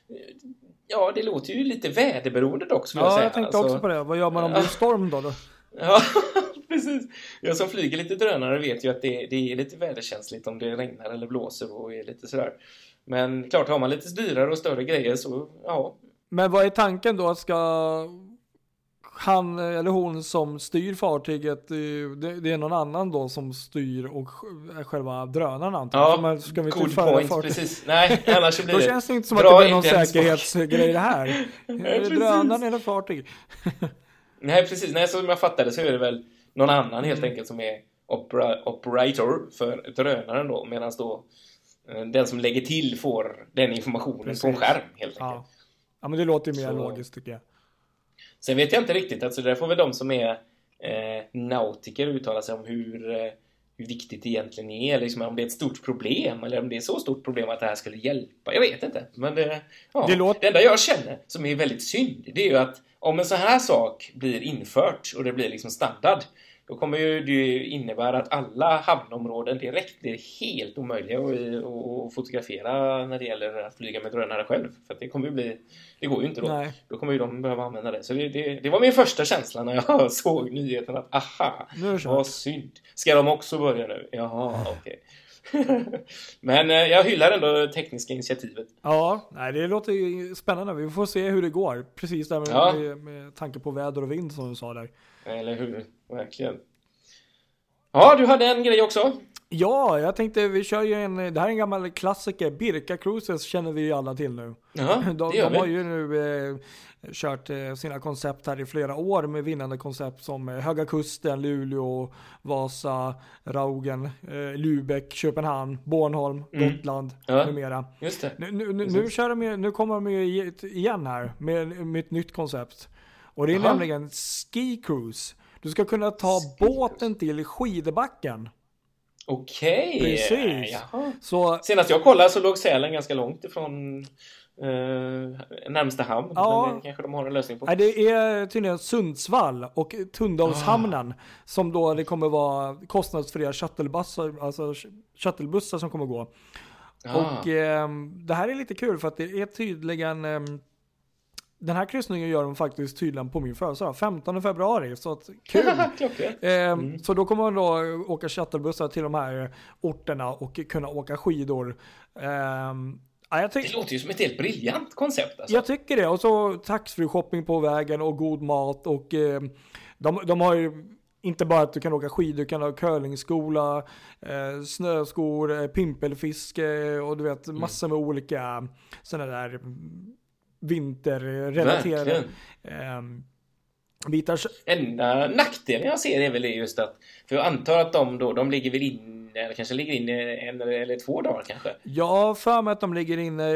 Ja, det låter ju lite väderberoende dock, skulle ja, jag säga. Ja, jag tänkte alltså, också på det. Vad gör man om det är storm då? då? Ja, precis. Jag som flyger lite drönare vet ju att det, det är lite väderkänsligt om det regnar eller blåser och är lite sådär. Men klart, har man lite dyrare och större grejer så, ja. Men vad är tanken då? Att ska han eller hon som styr fartyget, det, det är någon annan då som styr och själva drönaren antar ja, man ska vi cool point, fartyg. Precis. Nej, annars så blir då det. Då känns det inte som att det blir någon säkerhetsgrej det här. Nej, drönaren eller fartyg. Nej, precis. Nej, som jag fattade så är det väl någon annan helt enkelt som är opera, operator för drönaren då, medan då den som lägger till får den informationen precis. På en skärm helt ja. enkelt. Ja, men det låter ju mer så logiskt tycker jag. Sen vet jag inte riktigt, alltså där får väl de som är eh, nautiker uttala sig om hur, eh, hur viktigt det egentligen är, eller liksom om det är ett stort problem, eller om det är så stort problem att det här skulle hjälpa. Jag vet inte, men det, ja, det, låter... det enda jag känner som är väldigt synd, det är ju att om en sån här sak blir infört och det blir liksom standard, då kommer ju det innebära att alla hamnområden direkt blir helt omöjliga att, att fotografera när det gäller att flyga med drönare själv. För att det kommer ju bli, det går ju inte då. Nej. Då kommer ju de behöva använda det. Så det, det, det var min första känsla när jag såg nyheten att aha, vad synd. Ska de också börja nu? Jaha, okej. Okay. Men jag hyllar ändå tekniska initiativet. Ja, nej, det låter ju spännande. Vi får se hur det går. Precis där med, ja. med, med tanke på väder och vind som du sa där. Eller hur, verkligen. Ja, du hade en grej också. Ja, jag tänkte vi kör ju en, det här är en gammal klassiker. Birka Cruises känner vi ju alla till nu. Jaha, de de har ju nu eh, kört eh, sina koncept här i flera år med vinnande koncept som eh, Höga Kusten, Luleå, Vasa, Raugen, eh, Lübeck, Köpenhamn, Bornholm, mm. Gotland ja, med mera. Just det. Nu, nu, nu, kör de, nu kommer de ju igen här med, med ett nytt koncept. Och det är Aha. nämligen Ski Cruise. Du ska kunna ta Ski båten cruise. Till skidbacken. Okej. Okay. Precis. Jaha. Så, senast jag kollade så låg Sälen ganska långt ifrån eh, närmsta hamn. Ja, men kanske de har en lösning på. Nej, det är tydligen Sundsvall och Tundalshamnen ah. som då det kommer vara kostnadsfria shuttlebussar, alltså shuttlebussar som kommer gå. Ah. Och eh, det här är lite kul för att det är tydligen eh, den här kryssningen gör de faktiskt tydligen på min födelsedag, femtonde februari, så att kul. eh, mm. Så då kommer man då åka shuttlebusar till de här orterna och kunna åka skidor. Eh, ja, jag tyck- det låter ju som ett helt briljant koncept. Alltså. Jag tycker det. Och så taxfree shopping på vägen och god mat. Och eh, de, de har ju inte bara att du kan åka skidor, du kan ha curlingskola, eh, snöskor, eh, pimpelfiske och du vet massor med olika sådana där vinterrelaterade eh, bitar. Enda nackdelen jag ser är väl just att, för jag antar att de då, de ligger väl in, eller kanske ligger in en eller två dagar kanske. Ja, för mig att de ligger inne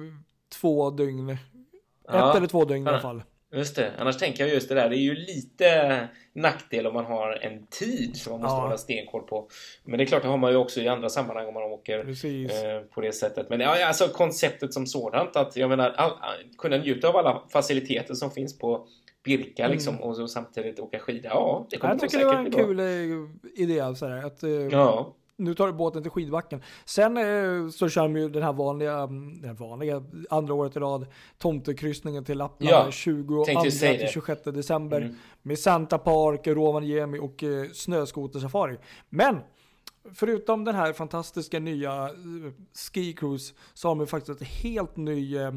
två dygn. Ja, Ett eller två dygn i alla fall. Just det, annars tänker jag just det där, det är ju lite nackdel om man har en tid som man måste ja. hålla stenkoll på. Men det är klart, det har man ju också i andra sammanhang om man åker eh, på det sättet. Men ja, alltså konceptet som sådant, att jag menar, all, all, kunna njuta av alla faciliteter som finns på Birka mm. liksom, och så samtidigt åka skida. Ja, det kommer jag tycker det var en kul idé alltså, att eh, ja. Nu tar du båten till skidbacken. Sen eh, så kör vi ju den här vanliga, den vanliga andra året i rad, tomtekryssningen till Lappland ja, tjugoandra till tjugosjätte december mm. med Santa Park, Rovaniemi och eh, snöskotersafari. Men förutom den här fantastiska nya eh, ski cruise så har de faktiskt ett helt ny eh,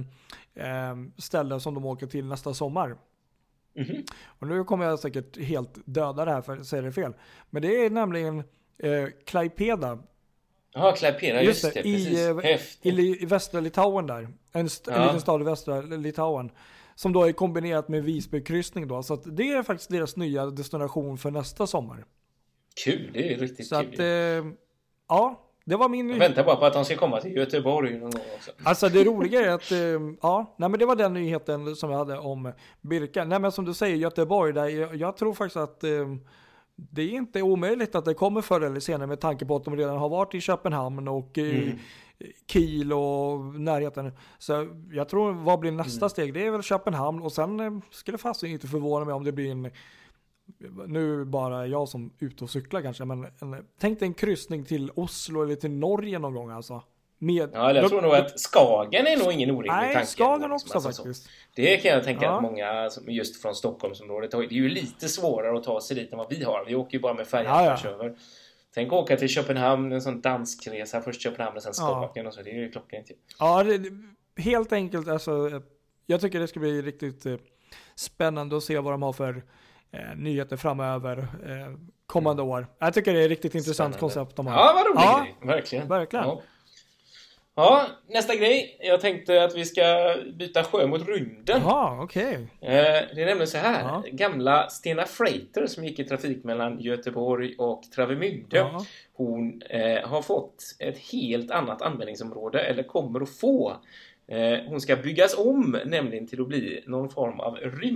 ställe som de åker till nästa sommar. Mm-hmm. Och nu kommer jag säkert helt döda det här för att säga det fel. Men det är nämligen Eh, Klaipeda. Ja, Klaipeda, just, just det. I, i, I västra Litauen där. En, st- ja. en liten stad i västra Litauen. Som då är kombinerat med Visby-kryssning då. Så att det är faktiskt deras nya destination för nästa sommar. Kul, det är riktigt så kul. Så att, eh, ja, det var min... Jag väntar bara på att de ska komma till Göteborg någon gång också. Alltså det roliga är att, eh, ja, nej men det var den nyheten som jag hade om Birka. Nej men som du säger, Göteborg, där jag, jag tror faktiskt att... Eh, det är inte omöjligt att det kommer förr eller senare med tanke på att de redan har varit i Köpenhamn och mm. Kiel och närheten. Så jag tror vad blir nästa mm. steg? Det är väl Köpenhamn och sen skulle fast inte förvåna mig om det blir en, nu bara jag som är ute och cyklar kanske, men en, tänk dig en kryssning till Oslo eller till Norge någon gång alltså. Med, ja, jag tror nog att Skagen är nog ingen orimlig nej, tanke. Skagen också alltså, faktiskt. Så. Det kan jag tänka ja. att många just från Stockholmsområdet, det är ju lite svårare att ta sig dit än vad vi har. Vi åker ju bara med färjan ja, ja. över. Tänk åka till Köpenhamn, en sån danskresa, först Köpenhamn och sen Skagen ja. och så. Det är ju klockan inte. Ja, det, helt enkelt alltså, jag tycker det ska bli riktigt eh, spännande att se vad de har för eh, nyheter framöver eh, kommande mm. år. Jag tycker det är riktigt intressant spännande. Koncept de har. Ja, vad roligt. Ja, grej. Verkligen. Verkligen. Ja. Ja, nästa grej. Jag tänkte att vi ska byta sjö mot rymden. Ja, okej. Okay. Eh, det är nämligen så här. Ja. Gamla Stena Freighter som gick i trafik mellan Göteborg och Travemünde. Ja. Hon eh, har fått ett helt annat användningsområde, eller kommer att få. Eh, hon ska byggas om nämligen till att bli någon form av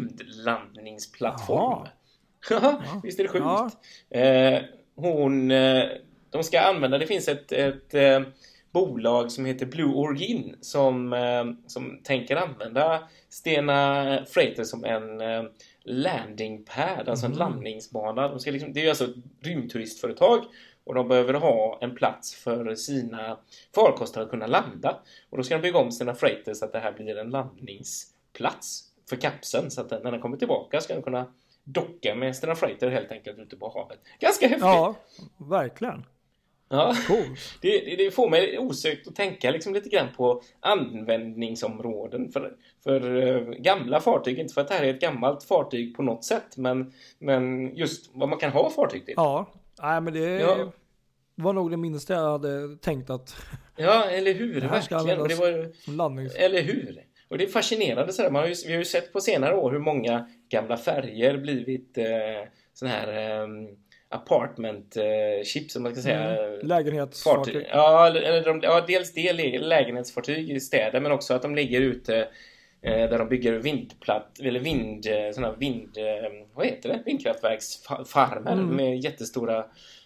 rymdlandningsplattform. Ja. Visst är det sjukt? Ja. Eh, hon, eh, de ska använda, det finns ett... ett eh, bolag som heter Blue Origin som, eh, som tänker använda Stena Freighter som en eh, landing pad, alltså mm. en landningsbana. De ska liksom, det är alltså ett rymdturistföretag och de behöver ha en plats för sina farkoster att kunna landa. Och då ska de bygga om Stena Freighter så att det här blir en landningsplats för kapseln, så att den, när den kommer tillbaka ska den kunna docka med Stena Freighter helt enkelt ute på havet. Ganska häftigt. Ja, verkligen. Ja, cool. det, det, det får mig osökt att tänka liksom lite grann på användningsområden för, för uh, gamla fartyg. Inte för att det här är ett gammalt fartyg på något sätt, men, men just vad man kan ha fartyg till. Ja, nej, men det ja. var nog det minsta jag hade tänkt att... Ja, eller hur? Det verkligen. Och det var, landnings... Eller hur? Och det är fascinerande. Så där. Man har ju, vi har ju sett på senare år hur många gamla färger blivit uh, sån här... Um, apartment uh, chips som man ska säga. Mm. Lägenhetsfartyg. Ja, eller de, ja, dels det lägenhetsfartyg i städer, men också att de ligger ute eh, där de bygger vindplatt eller vind såna vind eh, vad heter det? Vindkraftverksfarmer mm. med jättestora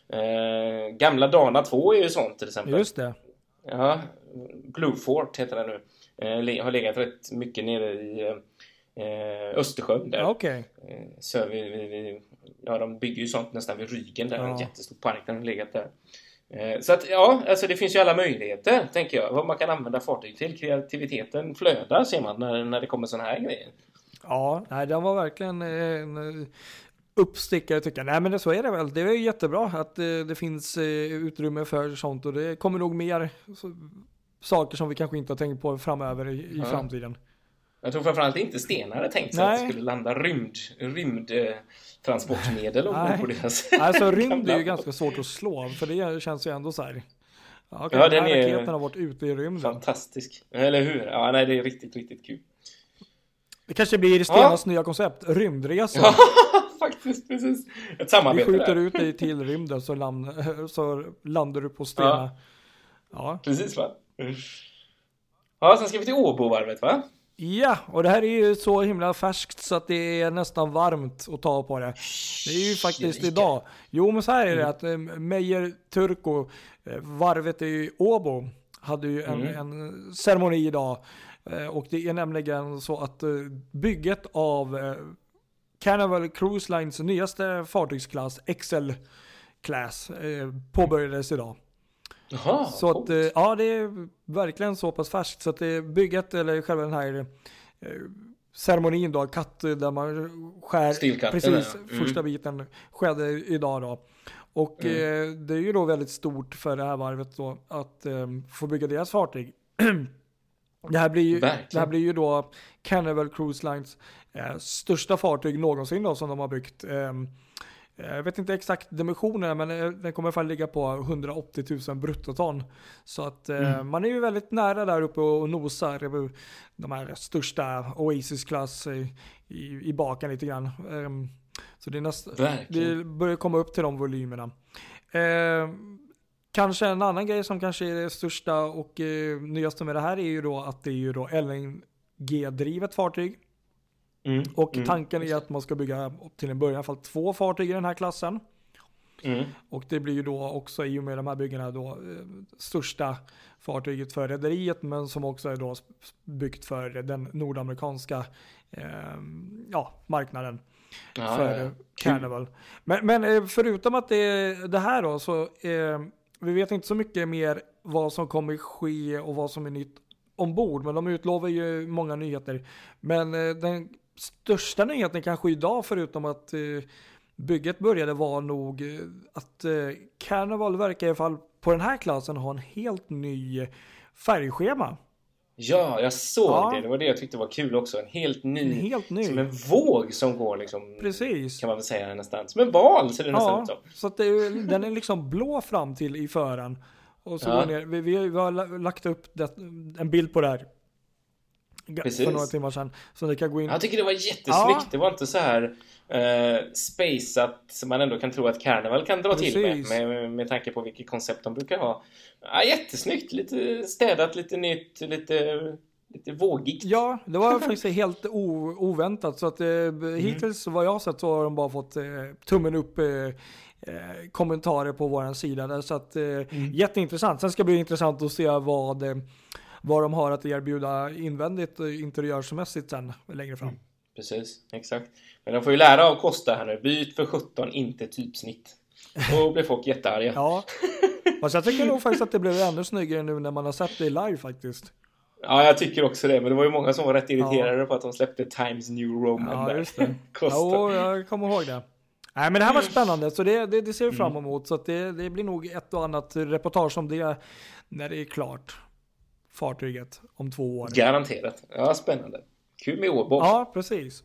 eh, gamla Dana två är ju sånt till exempel. Just det. Ja, Bluefort heter det nu. Eh, har legat rätt mycket nere i eh, Östersjön där. Okej. Okay. Eh, så vi, vi, vi ja, de bygger ju sånt nästan vid Rügen där, ja. En jättestor park där de har legat där. Eh, så att ja, alltså det finns ju alla möjligheter, tänker jag, vad man kan använda fartyg till. Kreativiteten flödar, ser man, när, när det kommer såna här grejer. Ja, nej, den var verkligen en uppstickare tycker jag. Nej, men det, så är det väl. Det är jättebra att det, det finns utrymme för sånt och det kommer nog mer så, saker som vi kanske inte har tänkt på framöver i, i ja. framtiden. Jag tror framförallt inte Stenar hade tänkt sig Nej. att det skulle landa rymd, rymd eh, transportmedel ombord på deras. Alltså rymd är ju ganska svårt att slå, för det känns ju ändå så här. Ja, okay, ja, den här raketen har varit ute i rymden. Fantastisk. Eller hur? Ja, nej, det är riktigt, riktigt kul. Det kanske blir Stenas ja. nya koncept, rymdresa. Ja, faktiskt, precis. Ett samarbete. Vi skjuter där. ut dig till rymden så, land, så landar du på Stena. Ja, ja. Precis va? Ja, sen ska vi till Åbovarvet va? Ja, och det här är ju så himla färskt så att det är nästan varmt att ta på det. Det är ju faktiskt idag. Jo, men så här är det att Meyer Turku, varvet i Åbo, hade ju en, mm. en ceremoni idag. Och det är nämligen så att bygget av Carnival Cruise Lines nyaste fartygsklass, X L Class, påbörjades idag. Jaha, så att, ja, det är verkligen så pass färskt så att det bygget, eller själva den här eh, ceremonin då, katt där man skär precis mm. första biten skedde idag då. Och mm. eh, det är ju då väldigt stort för det här varvet då att eh, få bygga deras fartyg. det, här blir ju, det här blir ju då Carnival Cruise Lines eh, största fartyg någonsin då som de har byggt. Eh, Jag vet inte exakt dimensioner, men den kommer i alla fall ligga på hundraåttio tusen bruttoton. Så att mm. eh, man är ju väldigt nära där uppe och nosar de här största Oasis-klass i, i, i baken lite grann. Eh, så det, är näst, det börjar komma upp till de volymerna. Eh, kanske en annan grej som kanske är det största och eh, nyaste med det här är ju då att det är ju då L N G-drivet fartyg. Mm, och tanken mm, är att man ska bygga till en början i alla fall två fartyg i den här klassen. Mm. Och det blir ju då också i och med de här byggena då eh, största fartyget för rederiet, men som också är då byggt för den nordamerikanska eh, ja, marknaden ja, för ja, ja. Carnival. Men, men förutom att det, det här då så eh, vi vet inte så mycket mer vad som kommer ske och vad som är nytt ombord, men de utlovar ju många nyheter. Men eh, den största nyheten kanske idag, förutom att eh, bygget började, var nog eh, att eh, Carnival verkar i alla fall på den här klassen ha en helt ny färgschema. Ja, jag såg ja. det. Det var det jag tyckte var kul också. En helt ny. En helt ny. Som en våg som går liksom. Precis. Kan man väl säga nästan. Som en val ser det nästan ja, ut som. Så att det, den är liksom blå fram till i föran. Och så ja. går ner. Vi, vi, vi har lagt upp det, en bild på det här. Precis. För några timmar sedan. Så det kan gå in. Jag tycker det var jättesnyggt. Ja. Det var inte så här uh, spaceat som man ändå kan tro att Carnival kan dra Precis. till med, med. Med tanke på vilket koncept de brukar ha. Ja, jättesnyggt. Lite städat, lite nytt, lite, lite vågigt. Ja, det var faktiskt helt o- oväntat. Så att eh, mm. hittills vad jag har sett så har de bara fått eh, tummen upp eh, eh, kommentarer på våran sida där. Så att eh, mm. jätteintressant. Sen ska det bli intressant att se vad eh, vad de har att erbjuda invändigt och interiörsmässigt sen längre fram. Mm, precis, exakt. Men de får ju lära av Costa här nu. Byt för sjutton, inte typsnitt. Då blir folk jättearga. Ja, och jag tycker nog faktiskt att det blev ännu snyggare nu när man har sett det live faktiskt. Ja, jag tycker också det. Men det var ju många som var rätt irriterade ja. på att de släppte Times New Roman ja, där. Just det. Ja, jag kommer ihåg det. Nej, men det här var spännande, så det, det, det ser vi fram emot. Så att det, det blir nog ett och annat reportage om det när det är klart. Fartyget om två år. Garanterat. Ja, spännande. Kul med Åbo. Ja, precis.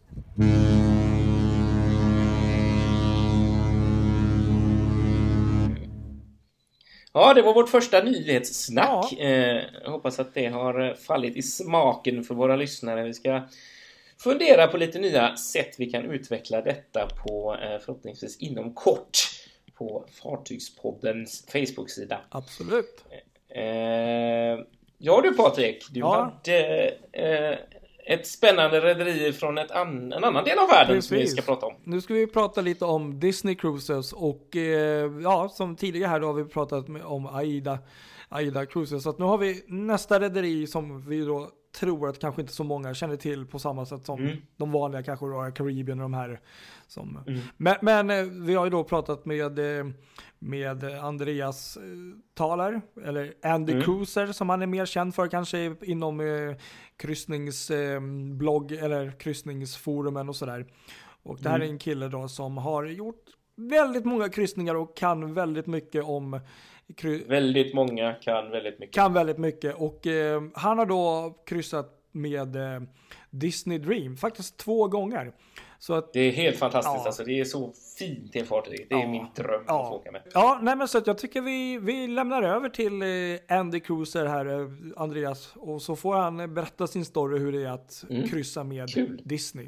Ja, det var vårt första nyhetssnack. Ja. Eh, jag hoppas att det har fallit i smaken för våra lyssnare. Vi ska fundera på lite nya sätt vi kan utveckla detta på, eh, förhoppningsvis inom kort, på Fartygspoddens Facebook-sida. Absolut. Eh, Ja du Patrik, du ja. hade eh, ett spännande rederi från ett an- en annan del av världen Precis. som vi ska prata om. Nu ska vi prata lite om Disney Cruises och eh, ja, som tidigare här då har vi pratat med, om AIDA, AIDA Cruises. Så att nu har vi nästa rederi som vi då tror att kanske inte så många känner till på samma sätt som mm. de vanliga, kanske Royal Caribbean och de här. Som, mm. men, men vi har ju då pratat med, med Andreas Thaler, eller Andy mm. Cruiser som han är mer känd för kanske inom eh, kryssningsblogg eh, eller kryssningsforumen och sådär. Och det här mm. är en kille då som har gjort väldigt många kryssningar och kan väldigt mycket om kry- väldigt många kan väldigt mycket. Kan väldigt mycket och eh, han har då kryssat med eh, Disney Dream faktiskt två gånger. Så att, det är helt fantastiskt ja. Alltså det är så fint det fartyg. Det är ja. min dröm ja. att få åka med. Ja, nej men så att jag tycker vi vi lämnar över till eh, Andy Cruiser här, eh, Andreas, och så får han berätta sin story hur det är att mm. kryssa med Kul. Disney.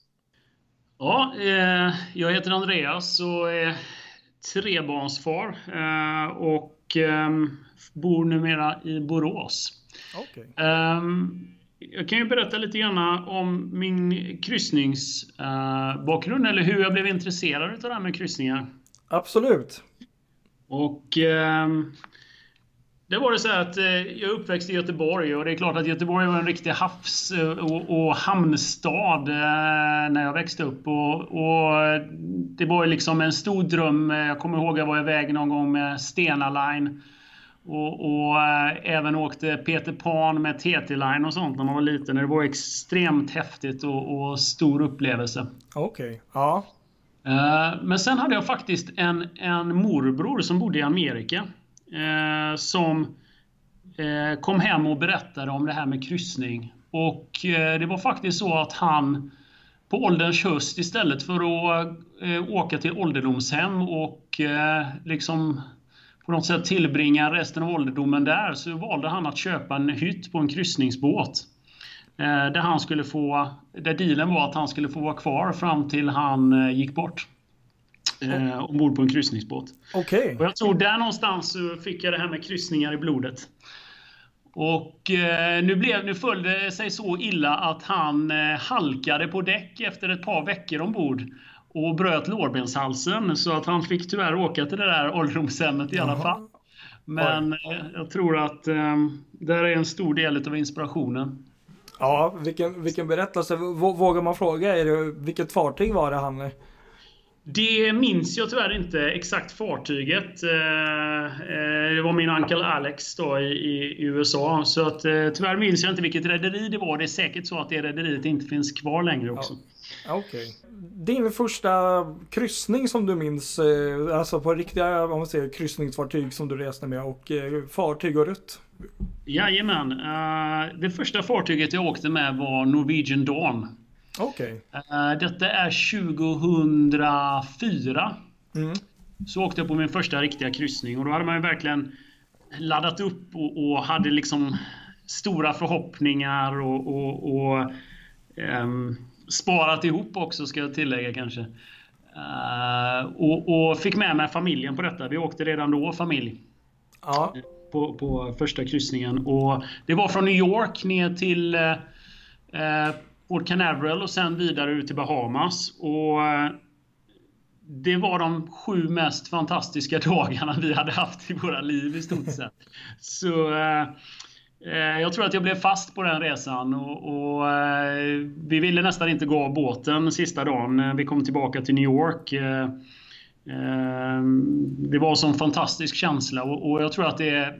Ja, eh, jag heter Andreas och är trebarnsfar eh, och eh, bor numera i Borås. Okay. Eh, jag kan ju berätta lite grann om min kryssningsbakgrund eh, eller hur jag blev intresserad av det här med kryssningar. Absolut. Och eh, det var det så här att eh, jag är uppväxt i Göteborg och det är klart att Göteborg var en riktig havs- och, och hamnstad eh, när jag växte upp och, och det var liksom en stor dröm. Jag kommer ihåg att jag var iväg någon gång med Stena Line och, och eh, även åkte Peter Pan med T T Line och sånt när man var liten. Det var extremt häftigt och, och stor upplevelse. Okej, okay. Ja. Eh, men sen hade jag faktiskt en, en morbror som bodde i Amerika. Eh, som eh, kom hem och berättade om det här med kryssning. Och eh, det var faktiskt så att han på ålderns höst istället för att eh, åka till ålderdomshem och eh, liksom på något sätt tillbringa resten av ålderdomen där, så valde han att köpa en hytt på en kryssningsbåt. Eh, där han skulle få, där dealen var att han skulle få vara kvar fram till han eh, gick bort. Eh, ombord på en kryssningsbåt. Okay. Och jag tror där någonstans så fick jag det här med kryssningar i blodet. Och eh, nu, blev, nu följde det sig så illa att han eh, halkade på däck efter ett par veckor ombord och bröt lårbenshalsen, så att han fick tyvärr åka till det där ålderdomshemmet i alla fall. Men eh, jag tror att eh, där är en stor del av inspirationen. Ja, vilken, vilken berättelse. Vågar man fråga, är det, vilket fartyg var det han... Det minns jag tyvärr inte exakt fartyget. Det var min uncle Alex då i, i U S A. Så att, tyvärr minns jag inte vilket rederi det var. Det är säkert så att det rederiet inte finns kvar längre också. Ja. Okej. Okay. Din första kryssning som du minns, alltså på riktiga, om man säger, kryssningsfartyg som du reste med och fartyg och rutt? Jajamän. Det första fartyget jag åkte med var Norwegian Dawn. Okay. Uh, detta är tjugohundrafyra. Mm. Så åkte jag på min första riktiga kryssning. Och då hade man ju verkligen laddat upp och, och hade liksom stora förhoppningar och, och, och um, sparat ihop också, ska jag tillägga kanske. Uh, och, och fick med mig familjen på detta. Vi åkte redan då familj. Ja. På, på första kryssningen. Och det var från New York ner till uh, uh, Port Canaveral och sen vidare ut till Bahamas. Och det var de sju mest fantastiska dagarna vi hade haft i våra liv i stort sett. Så eh, jag tror att jag blev fast på den resan. Och, och eh, vi ville nästan inte gå av båten sista dagen. Vi kom tillbaka till New York. Eh, eh, det var en sån fantastisk känsla. Och, och jag tror att det,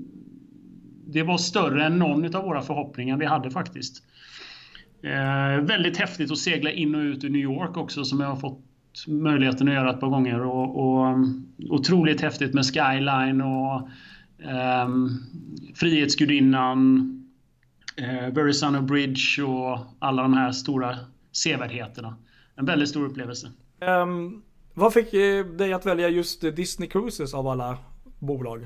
det var större än någon av våra förhoppningar vi hade faktiskt. Eh, väldigt häftigt att segla in och ut ur New York också, som jag har fått möjligheten att göra ett par gånger, och, och um, otroligt häftigt med Skyline och um, Frihetsgudinnan, uh, Verrazano Bridge och alla de här stora sevärdheterna. En väldigt stor upplevelse. Um, vad fick dig att välja just Disney Cruises av alla bolag?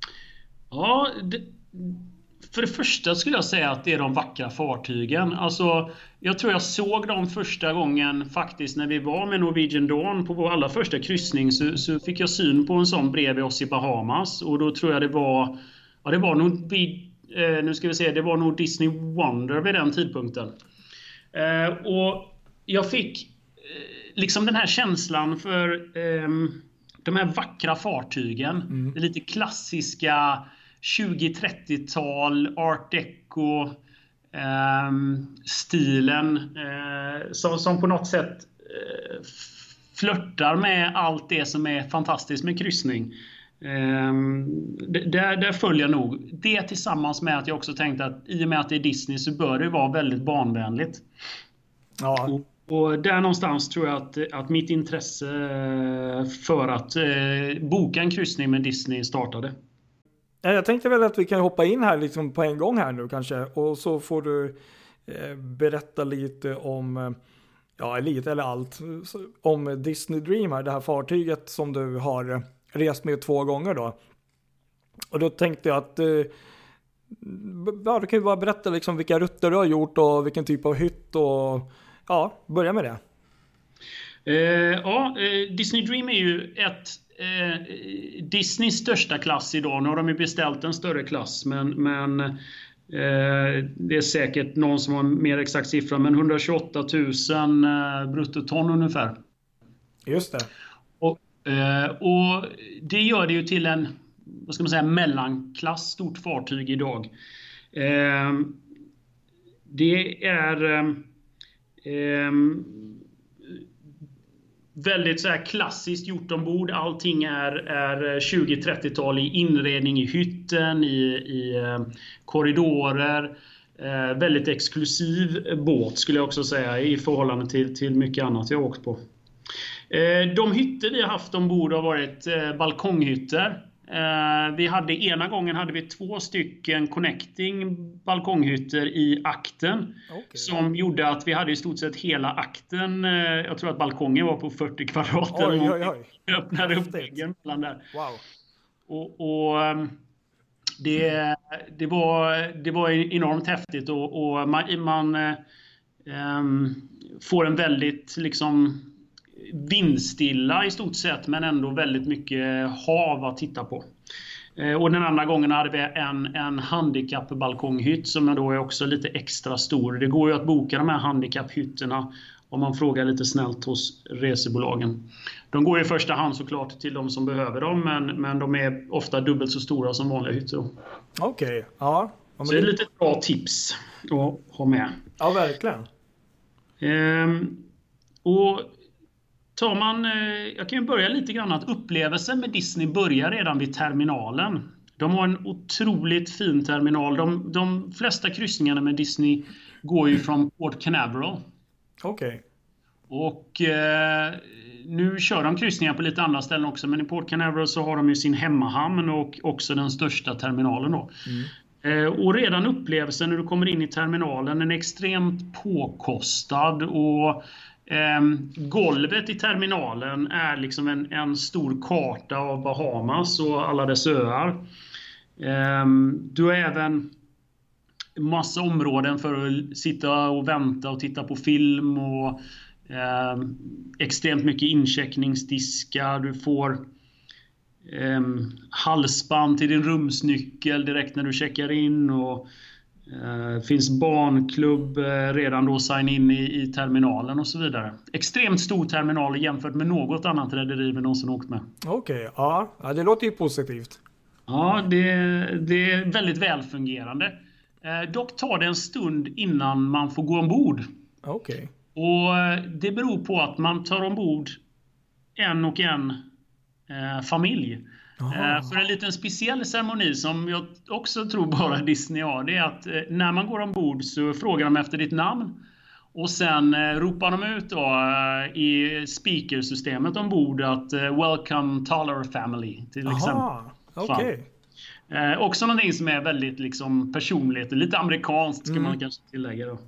Ja, det, för det första skulle jag säga att det är de vackra fartygen. Alltså, jag tror jag såg dem första gången faktiskt när vi var med Norwegian Dawn på vår allra första kryssning, så, så fick jag syn på en sån bredvid oss i Bahamas, och då tror jag det var ja det var nog vid, eh, nu ska vi se, det var nog Disney Wonder vid den tidpunkten. Eh, och jag fick eh, liksom den här känslan för eh, de här vackra fartygen, mm. det lite klassiska tjugo-trettiotal, art deco, eh, stilen eh, som, som på något sätt eh, flörtar med allt det som är fantastiskt med kryssning. Eh, där, där följer jag nog. Det tillsammans med att jag också tänkte att i och med att det är Disney så bör det vara väldigt barnvänligt. Ja. Och, och där någonstans tror jag att, att mitt intresse för att eh, boka en kryssning med Disney startade. Jag tänkte väl att vi kan hoppa in här liksom på en gång här nu kanske. Och så får du eh, berätta lite om, eh, ja lite eller allt, om Disney Dream här, det här fartyget som du har rest med två gånger då. Och då tänkte jag att, eh, ja du kan ju bara berätta liksom vilka rutter du har gjort och vilken typ av hytt och ja, börja med det. Eh, ja, eh, Disney Dream är ju ett eh, Disneys största klass idag. Nu har de ju beställt en större klass, men, men eh, det är säkert någon som har mer exakt siffra, men hundratjugoåtta tusen eh, bruttoton ungefär. Just det. Och, eh, och det gör det ju till en, vad ska man säga, mellanklass stort fartyg idag. Eh, det är eh, eh, väldigt så här klassiskt gjort ombord. Allting är, är tjugo-trettiotal i inredning i hytten, i, i eh, korridorer. Eh, väldigt exklusiv båt skulle jag också säga i förhållande till, till mycket annat jag har åkt på. Eh, de hytter vi har haft ombord har varit eh, balkonghytter. Eh, vi hade, ena gången hade vi två stycken connecting balkonghytter i akten. Okay. Som gjorde att vi hade i stort sett hela akten. Eh, jag tror att balkongen var på fyrtio kvadrat. Oj, oj, oj. Jag öppnade upp väggen mellan där. Wow. Och, och det, det, var, det var enormt häftigt. Och, och man, man eh, får en väldigt liksom vindstilla i stort sett, men ändå väldigt mycket hav att titta på. Eh, och den andra gången hade vi en, en handikappbalkonghytt som då är också lite extra stor. Det går ju att boka de här handikapphytterna om man frågar lite snällt hos resebolagen. De går i första hand såklart till de som behöver dem, men, men de är ofta dubbelt så stora som vanliga hytter. Okej, okay. Ja. Så det är lite bra tips att ha med. Ja, verkligen. Eh, och tar man, jag kan ju börja lite grann att upplevelsen med Disney börjar redan vid terminalen. De har en otroligt fin terminal. De, de flesta kryssningarna med Disney går ju från Port Canaveral. Okej. Okay. Och eh, nu kör de kryssningar på lite andra ställen också. Men i Port Canaveral så har de ju sin hemmahamn och också den största terminalen då. Mm. Eh, och redan upplevelsen när du kommer in i terminalen är extremt påkostad och Eh, golvet i terminalen är liksom en, en stor karta av Bahamas och alla dess öar. Eh, du har även massa områden för att sitta och vänta och titta på film och eh, extremt mycket incheckningsdiskar. Du får eh, halsband till din rumsnyckel direkt när du checkar in och Uh, finns barnklubb uh, redan då sign in i, i terminalen och så vidare. Extremt stor terminal jämfört med något annat rederi vi någonsin åkt med. Okej, okay, ja. ja det låter ju positivt. Ja, det, det är väldigt välfungerande. Uh, dock tar det en stund innan man får gå ombord. Okej. Okay. Och uh, det beror på att man tar ombord en och en uh, familj. Uh, för en liten speciell ceremoni som jag också tror bara Disney har, det är att uh, när man går ombord så frågar de efter ditt namn och sen uh, ropar de ut då, uh, i speakersystemet ombord att uh, welcome Taller family till exempel. Okej. Okay. Uh, också någonting som är väldigt liksom personligt och lite amerikanskt ska mm. man kanske tillägga då.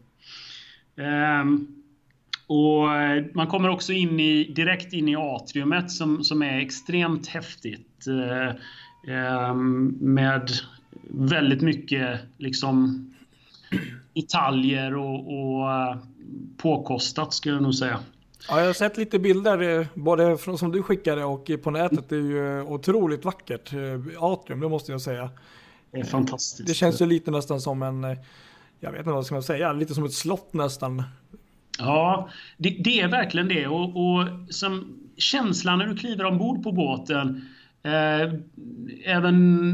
Um, Och man kommer också in i, direkt in i atriumet som, som är extremt häftigt. Eh, eh, med väldigt mycket liksom detaljer och, och påkostat skulle jag nog säga. Ja, jag har sett lite bilder både från, som du skickade och på nätet. Det är ju otroligt vackert atrium, det måste jag säga. Det är fantastiskt. Det känns ju lite nästan som en, jag vet inte vad ska man säga, lite som ett slott nästan. Ja, det, det är verkligen det. Och, och som känslan när du kliver ombord på båten, Eh, även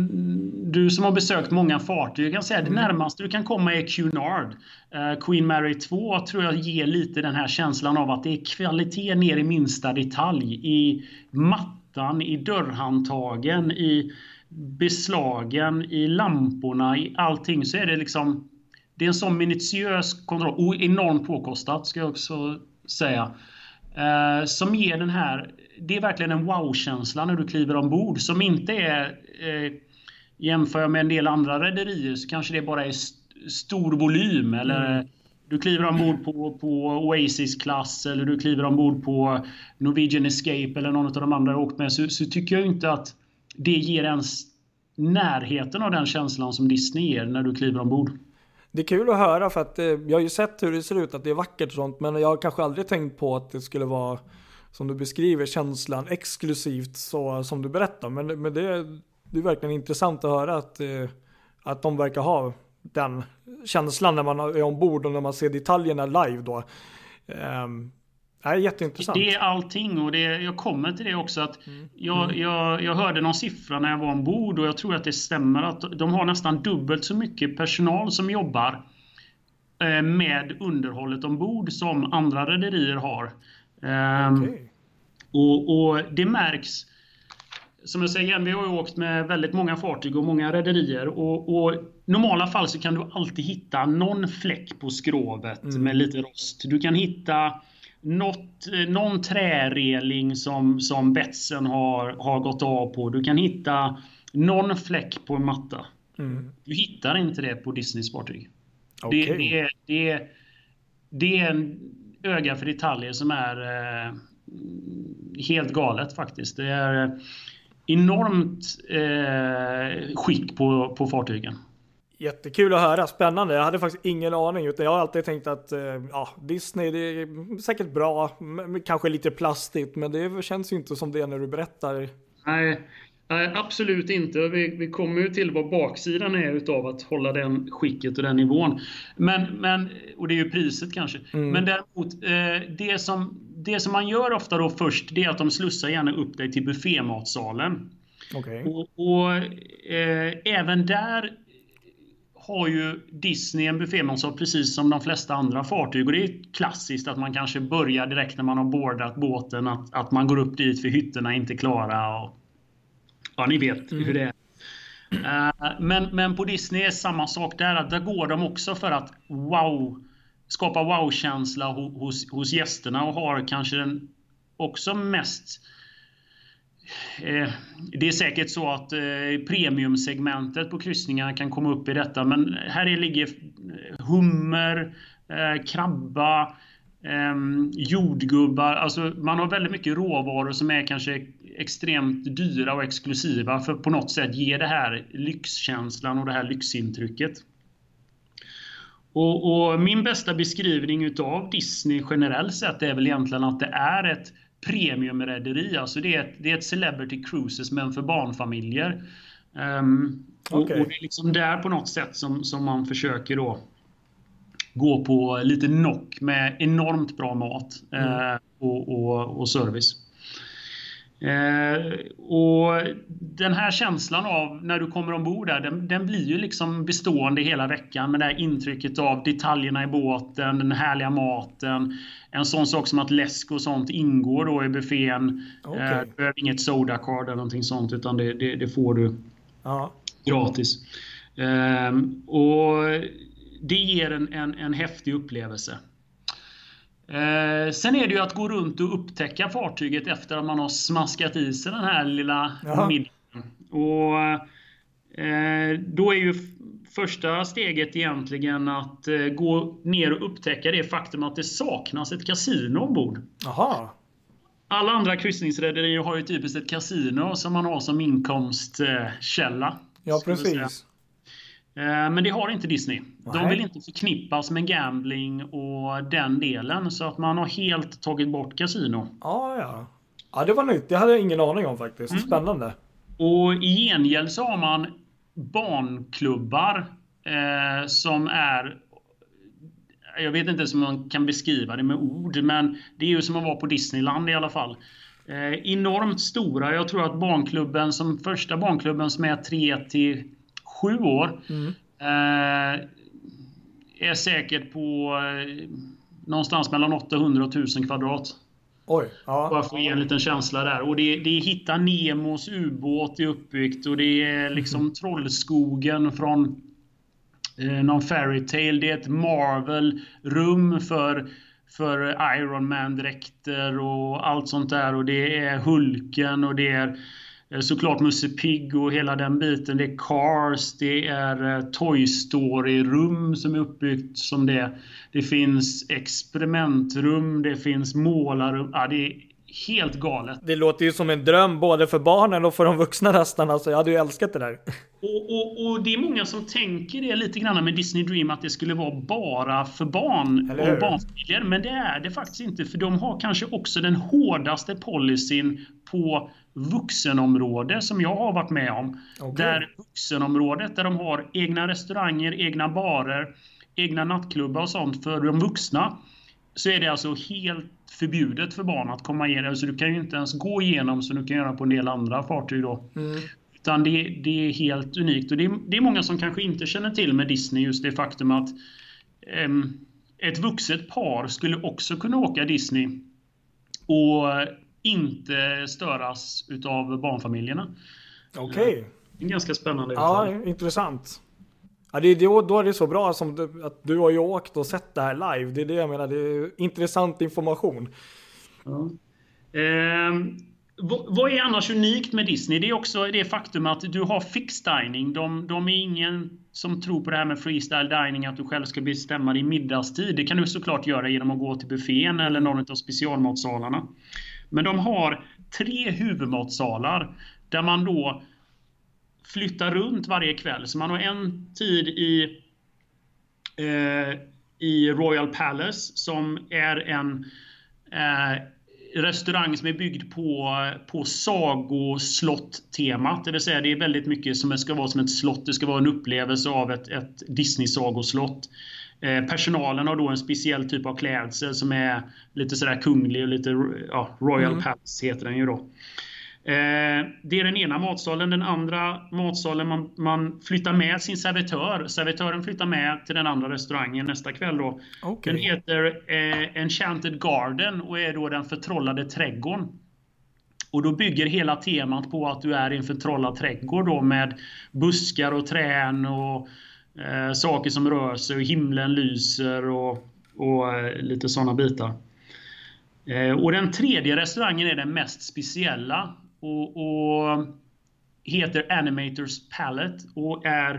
du som har besökt många fartyg, jag kan säga mm. det närmaste du kan komma är Cunard. Eh, Queen Mary två tror jag ger lite den här känslan av att det är kvalitet ner i minsta detalj. I mattan, i dörrhandtagen, i beslagen, i lamporna, i allting, så är det liksom, det är en sån minutiös kontroll och enormt påkostat ska jag också säga, eh, som ger den här, det är verkligen en wow-känsla när du kliver ombord, som inte är eh, jämför jag med en del andra rederier så kanske det bara är st- stor volym, eller mm. du kliver ombord på, på Oasis-klass, eller du kliver ombord på Norwegian Escape eller någon av de andra jag åkt med, så, så tycker jag inte att det ger ens närheten av den känslan som Disney ger när du kliver ombord. Det är kul att höra, för att eh, jag har ju sett hur det ser ut, att det är vackert och sånt, men jag har kanske aldrig tänkt på att det skulle vara, som du beskriver, känslan exklusivt så som du berättar. Men, men det, det är verkligen intressant att höra att, eh, att de verkar ha den känslan när man är ombord och när man ser detaljerna live då. Um, det är jätteintressant. Det är allting, och det, jag kommer till det också att mm. jag, jag, jag hörde någon siffra när jag var ombord, och jag tror att det stämmer att de har nästan dubbelt så mycket personal som jobbar eh, med underhållet ombord som andra rederier har. Um, okay. och, och det märks, som jag säger igen, vi har ju åkt med väldigt många fartyg och många rederier, och, och i normala fall så kan du alltid hitta någon fläck på skrovet mm. med lite rost. Du kan hitta något, någon träreling som, som betsen har, har gått av på. Du kan hitta någon fläck på en matta. Mm. Du hittar inte det på Disneys fartyg. Okay. Det, det, det, det är en öga för detaljer som är eh, helt galet faktiskt. Det är enormt eh, skick på, på fartygen. Jättekul att höra, spännande. Jag hade faktiskt ingen aning, utan jag har alltid tänkt att eh, ja, Disney, det är säkert bra, kanske lite plastigt, men det känns ju inte som det när du berättar. Nej, nej absolut inte. Vi, vi kommer ju till vad baksidan är utav att hålla den skicket och den nivån. Men, men, och det är ju priset kanske. Mm. Men däremot, eh, det, som, det som man gör ofta då först, det är att de slussar gärna upp dig till buffématsalen. Okay. Och, och eh, även där har ju Disney en buffématsal precis som de flesta andra fartyg. Och det är klassiskt att man kanske börjar direkt när man har bordat båten. Att, att man går upp dit för hytterna är inte klara. Och, ja, ni vet mm. hur det är. Uh, men, men på Disney är samma sak där. Att där går de också för att wow, skapa wow-känsla hos, hos gästerna. Och har kanske den också mest... Det är säkert så att premiumsegmentet på kryssningar kan komma upp i detta, men här ligger hummer, krabba, jordgubbar. Alltså man har väldigt mycket råvaror som är kanske extremt dyra och exklusiva för på något sätt ge det här lyxkänslan och det här lyxintrycket. Och, och min bästa beskrivning utav Disney generellt sett är väl egentligen att det är ett premiumrederi, alltså det är ett, det är ett celebrity cruises men för barnfamiljer. Um, okay. och, och det är liksom där på något sätt som, som man försöker då gå på lite knock med enormt bra mat mm. uh, och, och, och service. Uh, och den här känslan av när du kommer ombord där, den, den blir ju liksom bestående hela veckan med det här intrycket av detaljerna i båten, den härliga maten. En sån sak som att läsk och sånt ingår då i buffén. Okay. Uh, du behöver inget soda card eller någonting sånt, utan det, det, det får du uh-huh. gratis. Uh, och det ger en, en, en häftig upplevelse. Eh, sen är det ju att gå runt och upptäcka fartyget efter att man har smaskat i sig den här lilla Jaha. middagen. Och eh, då är ju f- första steget egentligen att eh, gå ner och upptäcka det faktum att det saknas ett kasino ombord. Aha. Alla andra kryssningsrederier har ju typiskt ett kasino som man har som inkomstkälla. Eh, ja, precis. Men det har inte Disney. Nej. De vill inte förknippas med gambling och den delen, så att man har helt tagit bort kasino. Ja, ja. Ja, det var nytt. Det hade jag ingen aning om faktiskt. Mm. Spännande. Och i gengäld så har man barnklubbar eh, som är... Jag vet inte om man kan beskriva det med ord, men det är ju som att vara på Disneyland i alla fall. Eh, enormt stora. Jag tror att barnklubben, som första barnklubben som är tre till sju år, mm. eh, är säkert på eh, någonstans mellan åttahundra och tusen kvadrat. Oj, ja. Bara för att ge en liten känsla där. Och det, det är Hitta Nemos ubåt är uppbyggt. Och det är liksom mm. Trollskogen från eh, någon Fairy Tail. Det är ett Marvel-rum för, för Iron Man-dräkter och allt sånt där. Och det är Hulken och det är eh, såklart Musse Pigg och hela den biten. Det är Cars, det är eh, Toy Story-rum som är uppbyggt som det. Det finns experimentrum, det finns målarrum. Ja, det är helt galet. Det låter ju som en dröm både för barnen och för de vuxna nästan. Alltså, jag hade ju älskat det där. Och, och, och det är många som tänker det lite grann med Disney Dream, att det skulle vara bara för barn och barnfamiljer. Men det är det faktiskt inte, för de har kanske också den hårdaste policyn på vuxenområde som jag har varit med om. Okay. Där vuxenområdet, där de har egna restauranger, egna barer, egna nattklubbar och sånt för de vuxna, så är det alltså helt förbjudet för barn att komma igenom. Så du kan ju inte ens gå igenom som du kan göra på en del andra fartyg då. Mm. Utan det, det är helt unikt. Och det är, det är många som kanske inte känner till med Disney just det faktum att um, ett vuxet par skulle också kunna åka Disney och inte störas utav barnfamiljerna. Okej. Okay. Det är ganska spännande. Ja, intressant. Ja, det är, då, då är det så bra som du, att du har ju åkt och sett det här live. Det är det jag menar, det är intressant information. Ja. Eh, vad, vad är annars unikt med Disney? Det är också det faktum att du har fixed dining. De, de är ingen som tror på det här med freestyle dining, att du själv ska bestämma din middagstid. Det kan du såklart göra genom att gå till buffén eller någon av specialmatsalarna. Men de har tre huvudmatsalar där man då flyttar runt varje kväll. Så man har en tid i, eh, i Royal Palace som är en eh, restaurang som är byggd på, på sagoslott-temat. Det vill säga det är väldigt mycket som ska vara som ett slott. Det ska vara en upplevelse av ett, ett Disney-sagoslott. Eh, personalen har då en speciell typ av klädsel som är lite sådär kunglig och lite ja, Royal mm. Palace heter den ju då. Eh, det är den ena matsalen. Den andra matsalen man, man flyttar med sin servitör. Servitören flyttar med till den andra restaurangen nästa kväll då. Okay. Den heter eh, Enchanted Garden och är då den förtrollade trädgården. Och då bygger hela temat på att du är i en förtrollad trädgård då, med buskar och trän och eh, saker som rör sig och himlen lyser och, och eh, lite sådana bitar. Eh, och den tredje restaurangen är den mest speciella. Och, och heter Animators Palette och är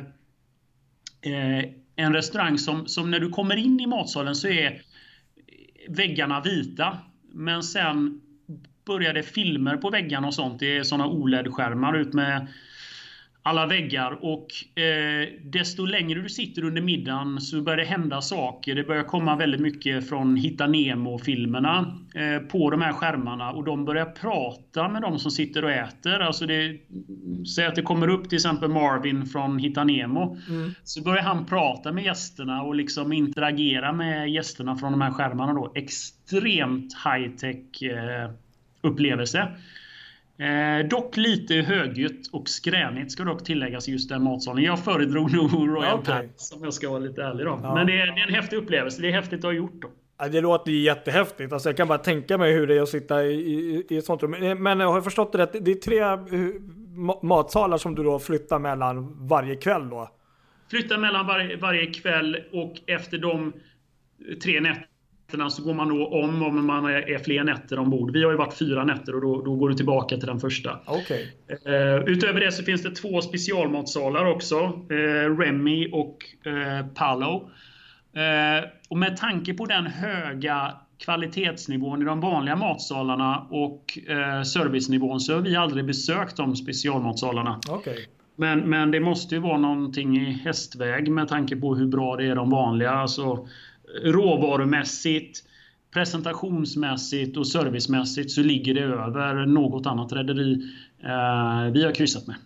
eh, en restaurang som, som när du kommer in i matsalen så är väggarna vita, men sen börjar det filmer på väggarna och sånt. Det är sådana O L E D-skärmar ut med alla väggar, och eh, desto längre du sitter under middagen så börjar det hända saker. Det börjar komma väldigt mycket från Hitta Nemo-filmerna eh, på de här skärmarna, och de börjar prata med de som sitter och äter. Alltså det, säg att det kommer upp till exempel Marvin från Hitta Nemo, mm. så börjar han prata med gästerna och liksom interagera med gästerna från de här skärmarna då. Extremt high-tech eh, upplevelse. Eh, dock lite högljutt och skränigt ska dock tilläggas just den matsalen. Jag föredrog nog Royal okay. Palace, om jag ska vara lite ärlig då. Ja. Men det är, det är en häftig upplevelse. Det är häftigt att ha gjort då. Ja, det låter ju jättehäftigt. Alltså jag kan bara tänka mig hur det är att sitta i, i, i ett sånt rum. Men jag har förstått det rätt. Det är tre matsalar som du då flyttar mellan varje kväll då? Flyttar mellan varje, varje kväll, och efter de tre nätterna så går man då om om man är fler nätter ombord. Vi har ju varit fyra nätter och då, då går du tillbaka till den första. Okay. Uh, utöver det så finns det två specialmatsalar också. Uh, Remy och uh, Palo. Uh, och med tanke på den höga kvalitetsnivån i de vanliga matsalarna och uh, servicenivån så har vi aldrig besökt de specialmatsalarna. Okay. Men, men det måste ju vara någonting i hästväg med tanke på hur bra det är de vanliga. Alltså råvarumässigt, presentationsmässigt och servicemässigt så ligger det över något annat rederi eh, vi har kryssat med.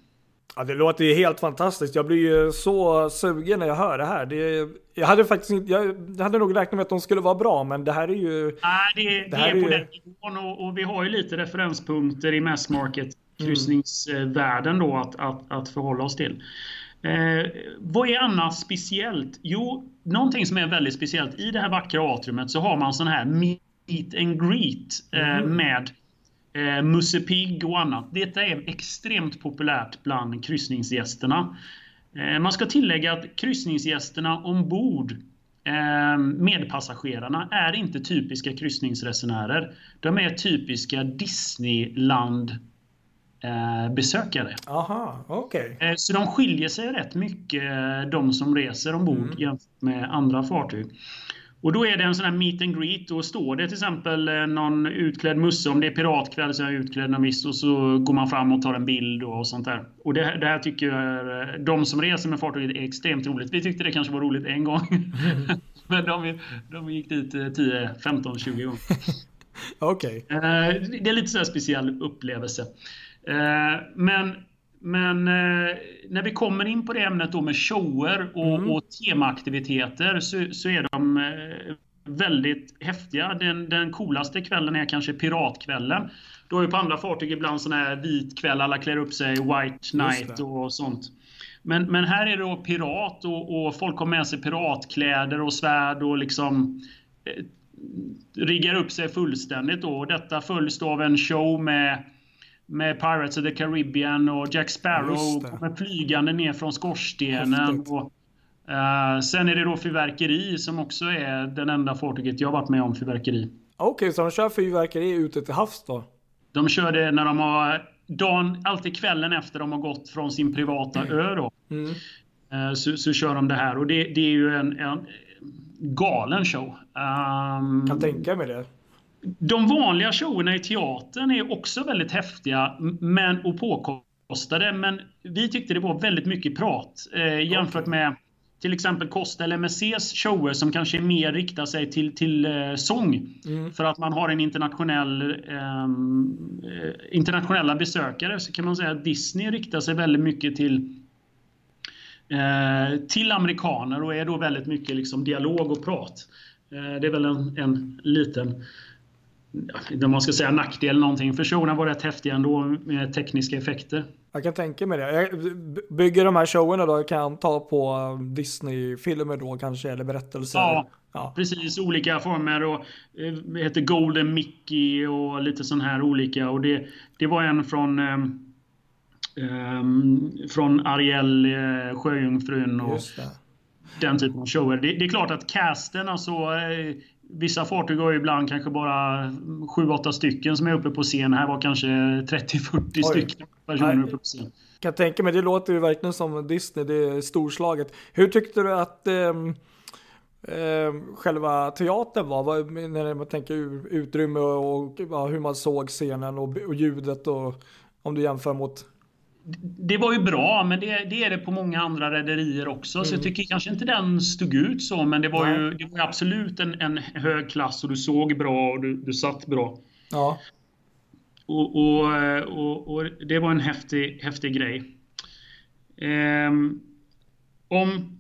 Ja, det låter ju helt fantastiskt. Jag blir ju så sugen när jag hör det här. Det, jag hade faktiskt inte, jag hade nog räknat med att de skulle vara bra, men det här är ju... Nej, det, det, det här är på är ju... den nivån och, och vi har ju lite referenspunkter i mass market kryssningsvärlden då att, att, att förhålla oss till. Eh, vad är annars speciellt? Jo, någonting som är väldigt speciellt i det här vackra atriumet så har man sån här meet and greet eh, mm. med eh, Musse Pigg och annat. Detta är extremt populärt bland kryssningsgästerna. Eh, man ska tillägga att kryssningsgästerna ombord, eh, medpassagerarna, är inte typiska kryssningsresenärer. De är typiska Disneyland Eh, besökare. Aha, okej. Okay. Eh, så de skiljer sig rätt mycket, de som reser ombord mm. jämfört med andra fartyg. Och då är det en sån här meet and greet, och står det till exempel eh, någon utklädd musse, om det är piratkväll så är jag utklädd någon viss, och så går man fram och tar en bild och sånt där. Och det, det här tycker jag är, de som reser med fartyget är extremt roligt. Vi tyckte det kanske var roligt en gång. Mm. Men de, de gick dit tio, femton, tjugo gånger. Okej. Okay. Eh, det är lite så här speciell upplevelse. Men, men när vi kommer in på det ämnet då med shower och, mm. och temaaktiviteter så, så är de väldigt häftiga. Den, den coolaste kvällen är kanske piratkvällen. Då är ju på andra fartyg ibland sån här vit kväll, alla klär upp sig, white night och sånt. Men, men här är det då pirat och, och folk har med sig piratkläder och svärd och liksom eh, riggar upp sig fullständigt då. Och detta följs då av en show med med Pirates of the Caribbean och Jack Sparrow med flygande ner från skorstenen. Och, uh, sen är det då fyrverkeri som också är den enda fartyget jag har varit med om fyrverkeri. Okej, okay, så de kör fyrverkeri ute till havs då? De kör det när de har dagen, alltid kvällen efter de har gått från sin privata mm. ö då. Mm. Uh, så, så kör de det här, och det, det är ju en, en galen show. Um, kan tänka mig det. De vanliga showerna i teatern är också väldigt häftiga men, och påkostade, men vi tyckte det var väldigt mycket prat eh, jämfört okay. med till exempel Costa eller M S C:s shower som kanske mer riktar sig till, till eh, sång mm. för att man har en internationell eh, internationella besökare. Så kan man säga att Disney riktar sig väldigt mycket till eh, till amerikaner och är då väldigt mycket liksom dialog och prat. Eh, det är väl en, en liten, om man ska säga nackdel eller någonting. För showerna var rätt häftiga ändå med tekniska effekter. Jag kan tänka mig det. Jag bygger de här showerna då, kan jag ta på Disney-filmer då kanske, eller berättelser? Ja, ja, precis. Olika former. Och det heter Golden Mickey och lite sån här olika. Och det, det var en från um, um, från Ariel, uh, Sjöjungfrun och den typen av shower. Det, det är klart att casten, alltså uh, vissa fartyg har ju ibland kanske bara sju åtta stycken som är uppe på scen. Här var kanske trettio fyrtio stycken personer Nej, uppe på scen. Kan tänka mig, det låter ju verkligen som Disney, det är storslaget. Hur tyckte du att eh, eh, själva teatern var? Vad, när man tänker utrymme och, och hur man såg scenen och, och ljudet, och om du jämför mot... Det var ju bra, men det, det är det på många andra rederier också. Mm. Så jag tycker kanske inte den stod ut så, men det var Nej. ju det var absolut en, en hög klass, och du såg bra och du, du satt bra. Ja. Och, och, och, och det var en häftig, häftig grej. Um, om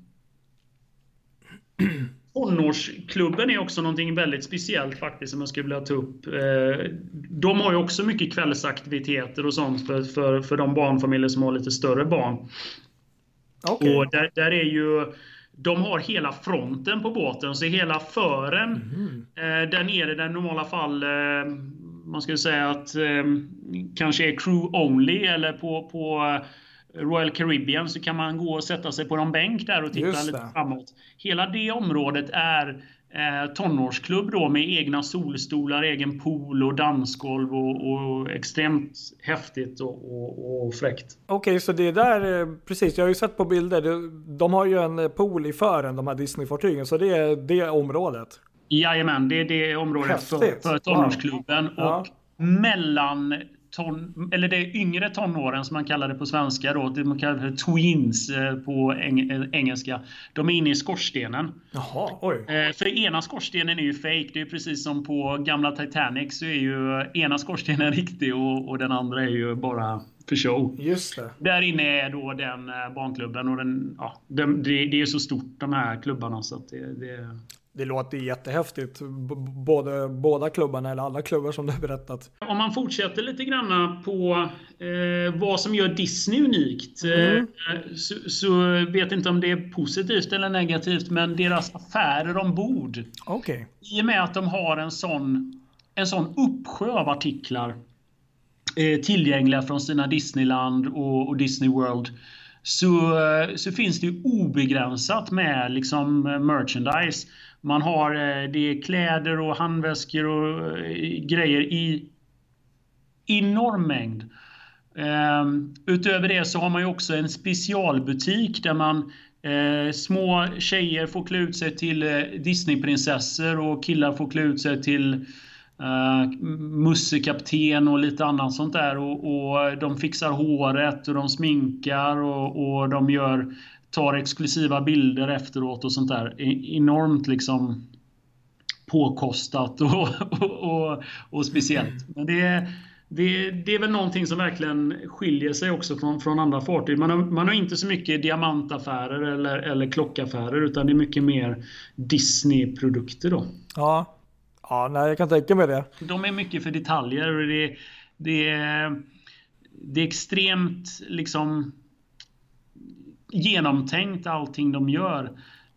tonårsklubben är också någonting väldigt speciellt faktiskt som jag skulle vilja ta upp. De har ju också mycket kvällsaktiviteter och sånt för, för, för de barnfamiljer som har lite större barn. Okay. Och där, där är ju, de har hela fronten på båten, så hela fören mm. där nere, där i normala fall man skulle säga att kanske är crew only, eller på, på Royal Caribbean så kan man gå och sätta sig på en bänk där och titta lite framåt. Hela det området är eh, tonårsklubb då, med egna solstolar, egen pool och dansgolv och, och extremt häftigt och, och, och fräckt. Okej, okay, så det är där, precis, jag har ju sett på bilder, de har ju en pool i fören, de här Disney-fartygen, så det är det området. Jajamän, det är det området för, för tonårsklubben. Wow. Och ja. mellan ton, eller det är yngre tonåren som man kallar det på svenska då, det man kallar det twins på eng, engelska. De är inne i skorstenen. Jaha, oj. Eh, för ena skorstenen är ju fake. Det är ju precis som på gamla Titanic, så är ju ena skorstenen riktig och, och den andra är ju bara för show. Just det. Där inne är då den barnklubben och den, ja, det, det är så stort de här klubbarna så att det, det... Det låter jättehäftigt. B- både, båda klubbarna eller alla klubbar som du har berättat. Om man fortsätter lite grann på eh, vad som gör Disney unikt Mm. eh, så, så vet inte om det är positivt eller negativt, men deras affärer ombord. Okej. Okay. I och med att de har en sån, en sån uppsjö av artiklar eh, tillgängliga från sina Disneyland och, och Disney World, så, så finns det ju obegränsat med liksom merchandise. Man har det är kläder och handväskor och grejer i enorm mängd. Um, utöver det så har man ju också en specialbutik där man uh, små tjejer får klä ut sig till uh, Disneyprinsessor och killar får klä ut sig till uh, mussekapten och lite annat sånt där. Och, och de fixar håret och de sminkar och, och de gör... tar exklusiva bilder efteråt och sånt där. Enormt liksom påkostat och, och, och, och speciellt. Men det, det, det är väl någonting som verkligen skiljer sig också från, från andra fartyg. Man har, man har inte så mycket diamantaffärer eller, eller klockaffärer, utan det är mycket mer Disney-produkter då. Ja, ja nej, jag kan tänka mig det. De är mycket för detaljer och det, det, är, det är extremt liksom... genomtänkt allting de gör.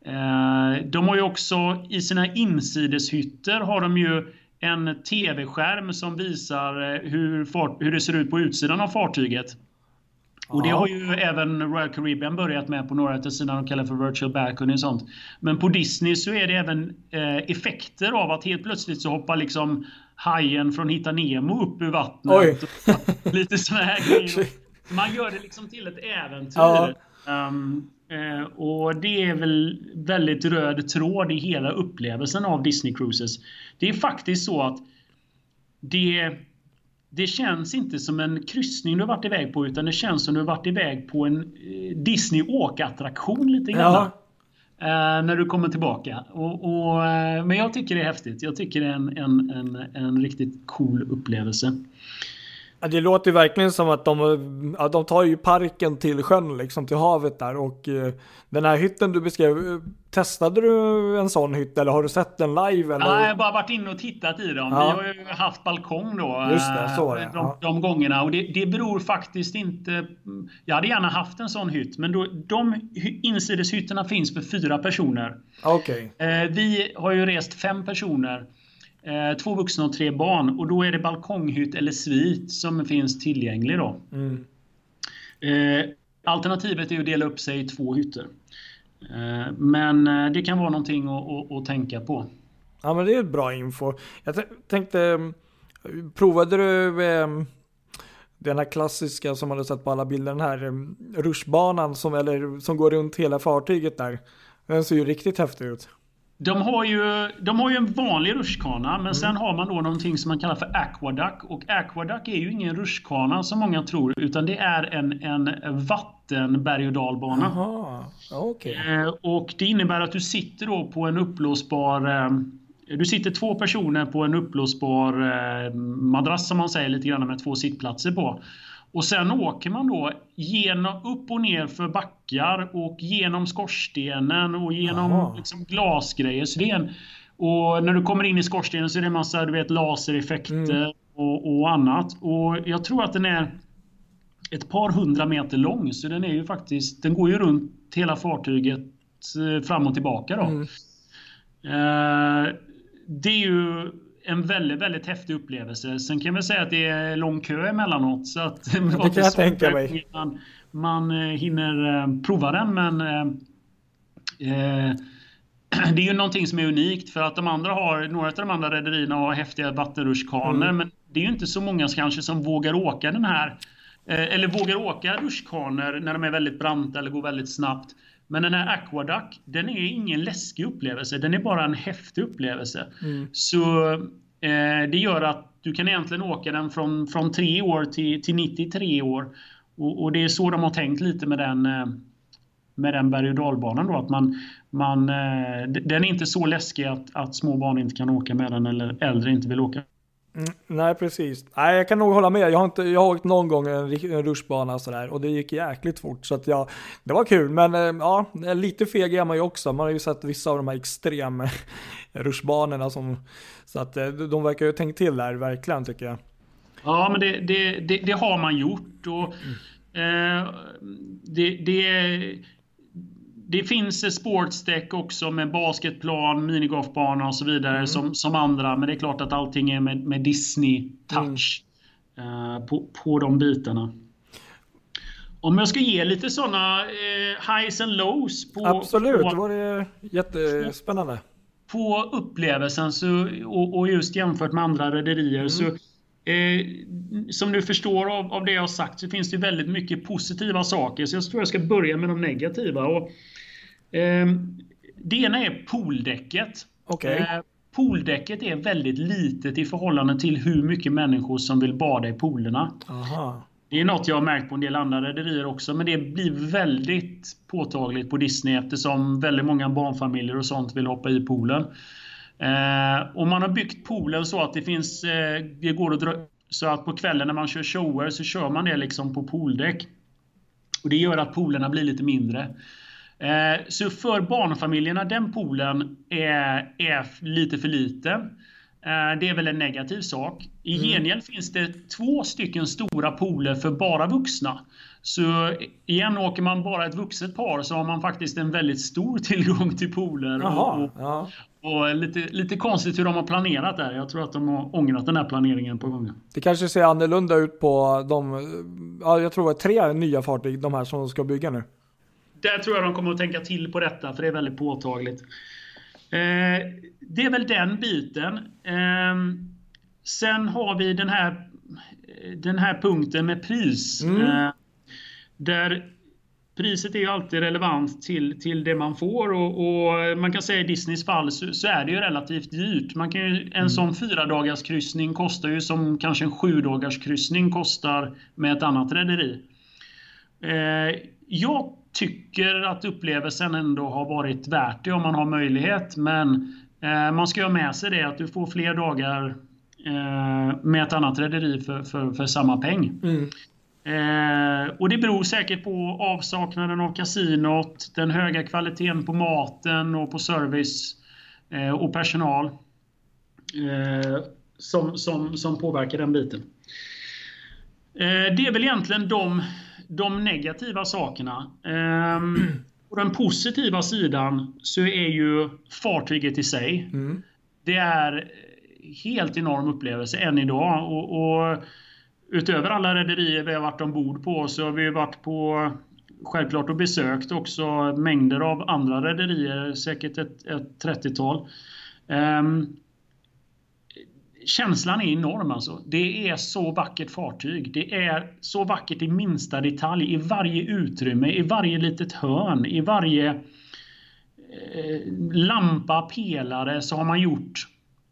De har ju också i sina insideshytter har de ju en tv-skärm som visar hur, fart, hur det ser ut på utsidan av fartyget. Ja. Och det har ju även Royal Caribbean börjat med på några av sina, de kallar för virtual balcony och sånt. Men på Disney så är det även effekter av att helt plötsligt så hoppar liksom hajen från Hitta Nemo upp ur vattnet. Oj. Lite sådana här grejer. Man gör det liksom till ett äventyr. Ja. Um, eh, och det är väl väldigt röd tråd i hela upplevelsen av Disney Cruises. Det är faktiskt så att det, det känns inte som en kryssning du har varit iväg på, utan det känns som du har varit iväg på en eh, Disney åkattraktion lite grann. Ja. Uh, när du kommer tillbaka. Och, och, uh, men jag tycker det är häftigt. Jag tycker det är en, en, en, en riktigt cool upplevelse. Ja, det låter ju verkligen som att de, ja, de tar ju parken till sjön, liksom till havet där. Och uh, den här hytten du beskrev, testade du en sån hytt eller har du sett den live? Eller? Ja, jag har bara varit inne och tittat i dem. Ja. Vi har ju haft balkong då. Just det, så var det. De, Ja. de gångerna. Och det, det beror faktiskt inte... Jag hade gärna haft en sån hytt. Men då, de insideshytterna finns för fyra personer. Okej. Okay. Uh, vi har ju rest fem personer. Eh, två vuxna och tre barn. Och då är det balkonghytt eller svit som finns tillgänglig då. Mm. Eh, alternativet är att dela upp sig i två hytter. Eh, men eh, det kan vara någonting att, att, att tänka på. Ja, men det är ett bra info. Jag t- tänkte, provade du eh, den här klassiska som man har sett på alla bilder, den här eh, rutschbanan som, eller, som går runt hela fartyget där. Den ser ju riktigt häftig ut. De har ju, de har ju en vanlig rutschkana, men mm. sen har man då någonting som man kallar för aquaduct. Och aquaduct är ju ingen rutschkana som många tror, utan det är en, en vattenberg- och dalbana. Aha, okay. eh, och det innebär att du sitter då på en upplåsbar... Eh, du sitter två personer på en upplåsbar eh, madrass som man säger, lite grann med två sittplatser på. Och sen åker man då genom, upp och ner för backar och genom skorstenen och genom liksom glasgrejer. Så det är en, och när du kommer in i skorstenen så är det en massa, du vet, lasereffekter mm. och, och annat. Och jag tror att den är ett par hundra meter lång, så den är ju faktiskt, den går ju runt hela fartyget fram och tillbaka då. Mm. Eh, det är ju en väldigt, väldigt häftig upplevelse. Sen kan jag säga att det är lång kö emellanåt. Så att det kan jag tänka mig. Man, man hinner eh, prova den, men eh, eh, det är ju någonting som är unikt. För att de andra har, några av de andra rederierna har häftiga vattenrutschkanor. Mm. Men det är ju inte så många kanske som vågar åka den här. Eh, eller vågar åka rutschkanor när de är väldigt branta eller går väldigt snabbt. Men den här aquaduct, den är ingen läskig upplevelse. Den är bara en häftig upplevelse. Mm. Så eh, det gör att du kan egentligen åka den från, från tre år till, till nittiotre år. Och, och det är så de har tänkt lite med den, med den berg- och dalbanan då, att man, man, den är inte så läskig att, att små barn inte kan åka med den eller äldre inte vill åka. Mm, nej, precis. Nej, jag kan nog hålla med. Jag har, inte, jag har åkt någon gång en, en rutschbana och sådär, och det gick jäkligt fort. Så att jag, det var kul, men ja, lite feg är man ju också. Man har ju sett vissa av de här extrem rutschbanorna som, så att de verkar ju ha tänkt till där, verkligen, tycker jag. Ja, men det, det, det, det har man gjort. Och mm. eh, det, det, det finns sportsdeck också med basketplan, minigolfbana och så vidare mm. som, som andra. Men det är klart att allting är med, med Disney-touch mm. eh, på, på de bitarna. Om jag ska ge lite sådana eh, highs and lows på... Absolut, på, det var det jättespännande. På upplevelsen så, och, och just jämfört med andra rederier mm. så... Eh, som du förstår av, av det jag har sagt, så finns det väldigt mycket positiva saker. Så jag tror jag ska börja med de negativa. Och, eh, det ena är pooldäcket. Okay. Eh, pooldäcket är väldigt litet i förhållande till hur mycket människor som vill bada i poolerna. Aha. Det är något jag har märkt på en del andra rederier också. Men det blir väldigt påtagligt på Disney eftersom väldigt många barnfamiljer och sånt vill hoppa i poolen. Eh, och man har byggt poolen så att det finns eh, det går att dra, så att på kvällen när man kör shower så kör man det liksom på pooldäck, och det gör att poolerna blir lite mindre. Eh, så för barnfamiljerna, den poolen är, är lite för liten. Eh, det är väl en negativ sak. I mm. gengäld finns det två stycken stora pooler för bara vuxna. Så igen, åker man bara ett vuxet par så har man faktiskt en väldigt stor tillgång till pooler. Jaha, och, och, ja. och lite, lite konstigt hur de har planerat där. Jag tror att de har ångrat den här planeringen på gången. Det kanske ser annorlunda ut på de, ja, jag tror att tre nya fartyg, de här som de ska bygga nu. Där tror jag de kommer att tänka till på detta, för det är väldigt påtagligt. Eh, det är väl den biten. Eh, sen har vi den här, den här punkten med pris. Mm. Eh, där priset är ju alltid relevant till, till det man får, och, och man kan säga i Disneys fall så, så är det ju relativt dyrt. Man kan ju, en mm. sån fyra dagars kryssning kostar ju som kanske en sju dagars kryssning kostar med ett annat rederi. Eh, jag tycker att upplevelsen ändå har varit värt det om man har möjlighet, men eh, man ska ha med sig det att du får fler dagar eh, med ett annat rederi för, för, för samma peng. Mm. Eh, och det beror säkert på avsaknaden av kasinot, den höga kvaliteten på maten och på service eh, och personal eh, som, som, som påverkar den biten. Eh, det är väl egentligen de, de negativa sakerna. Eh, på den positiva sidan så är ju fartyget i sig. Mm. Det är helt enorm upplevelse än idag, och, och utöver alla rederier vi har varit ombord på så har vi varit på, självklart, och besökt också mängder av andra rederier, säkert ett, ett trettiotal. Um, känslan är enorm alltså. Det är så vackert fartyg. Det är så vackert i minsta detalj, i varje utrymme, i varje litet hörn, i varje eh, lampa, pelare, så har man gjort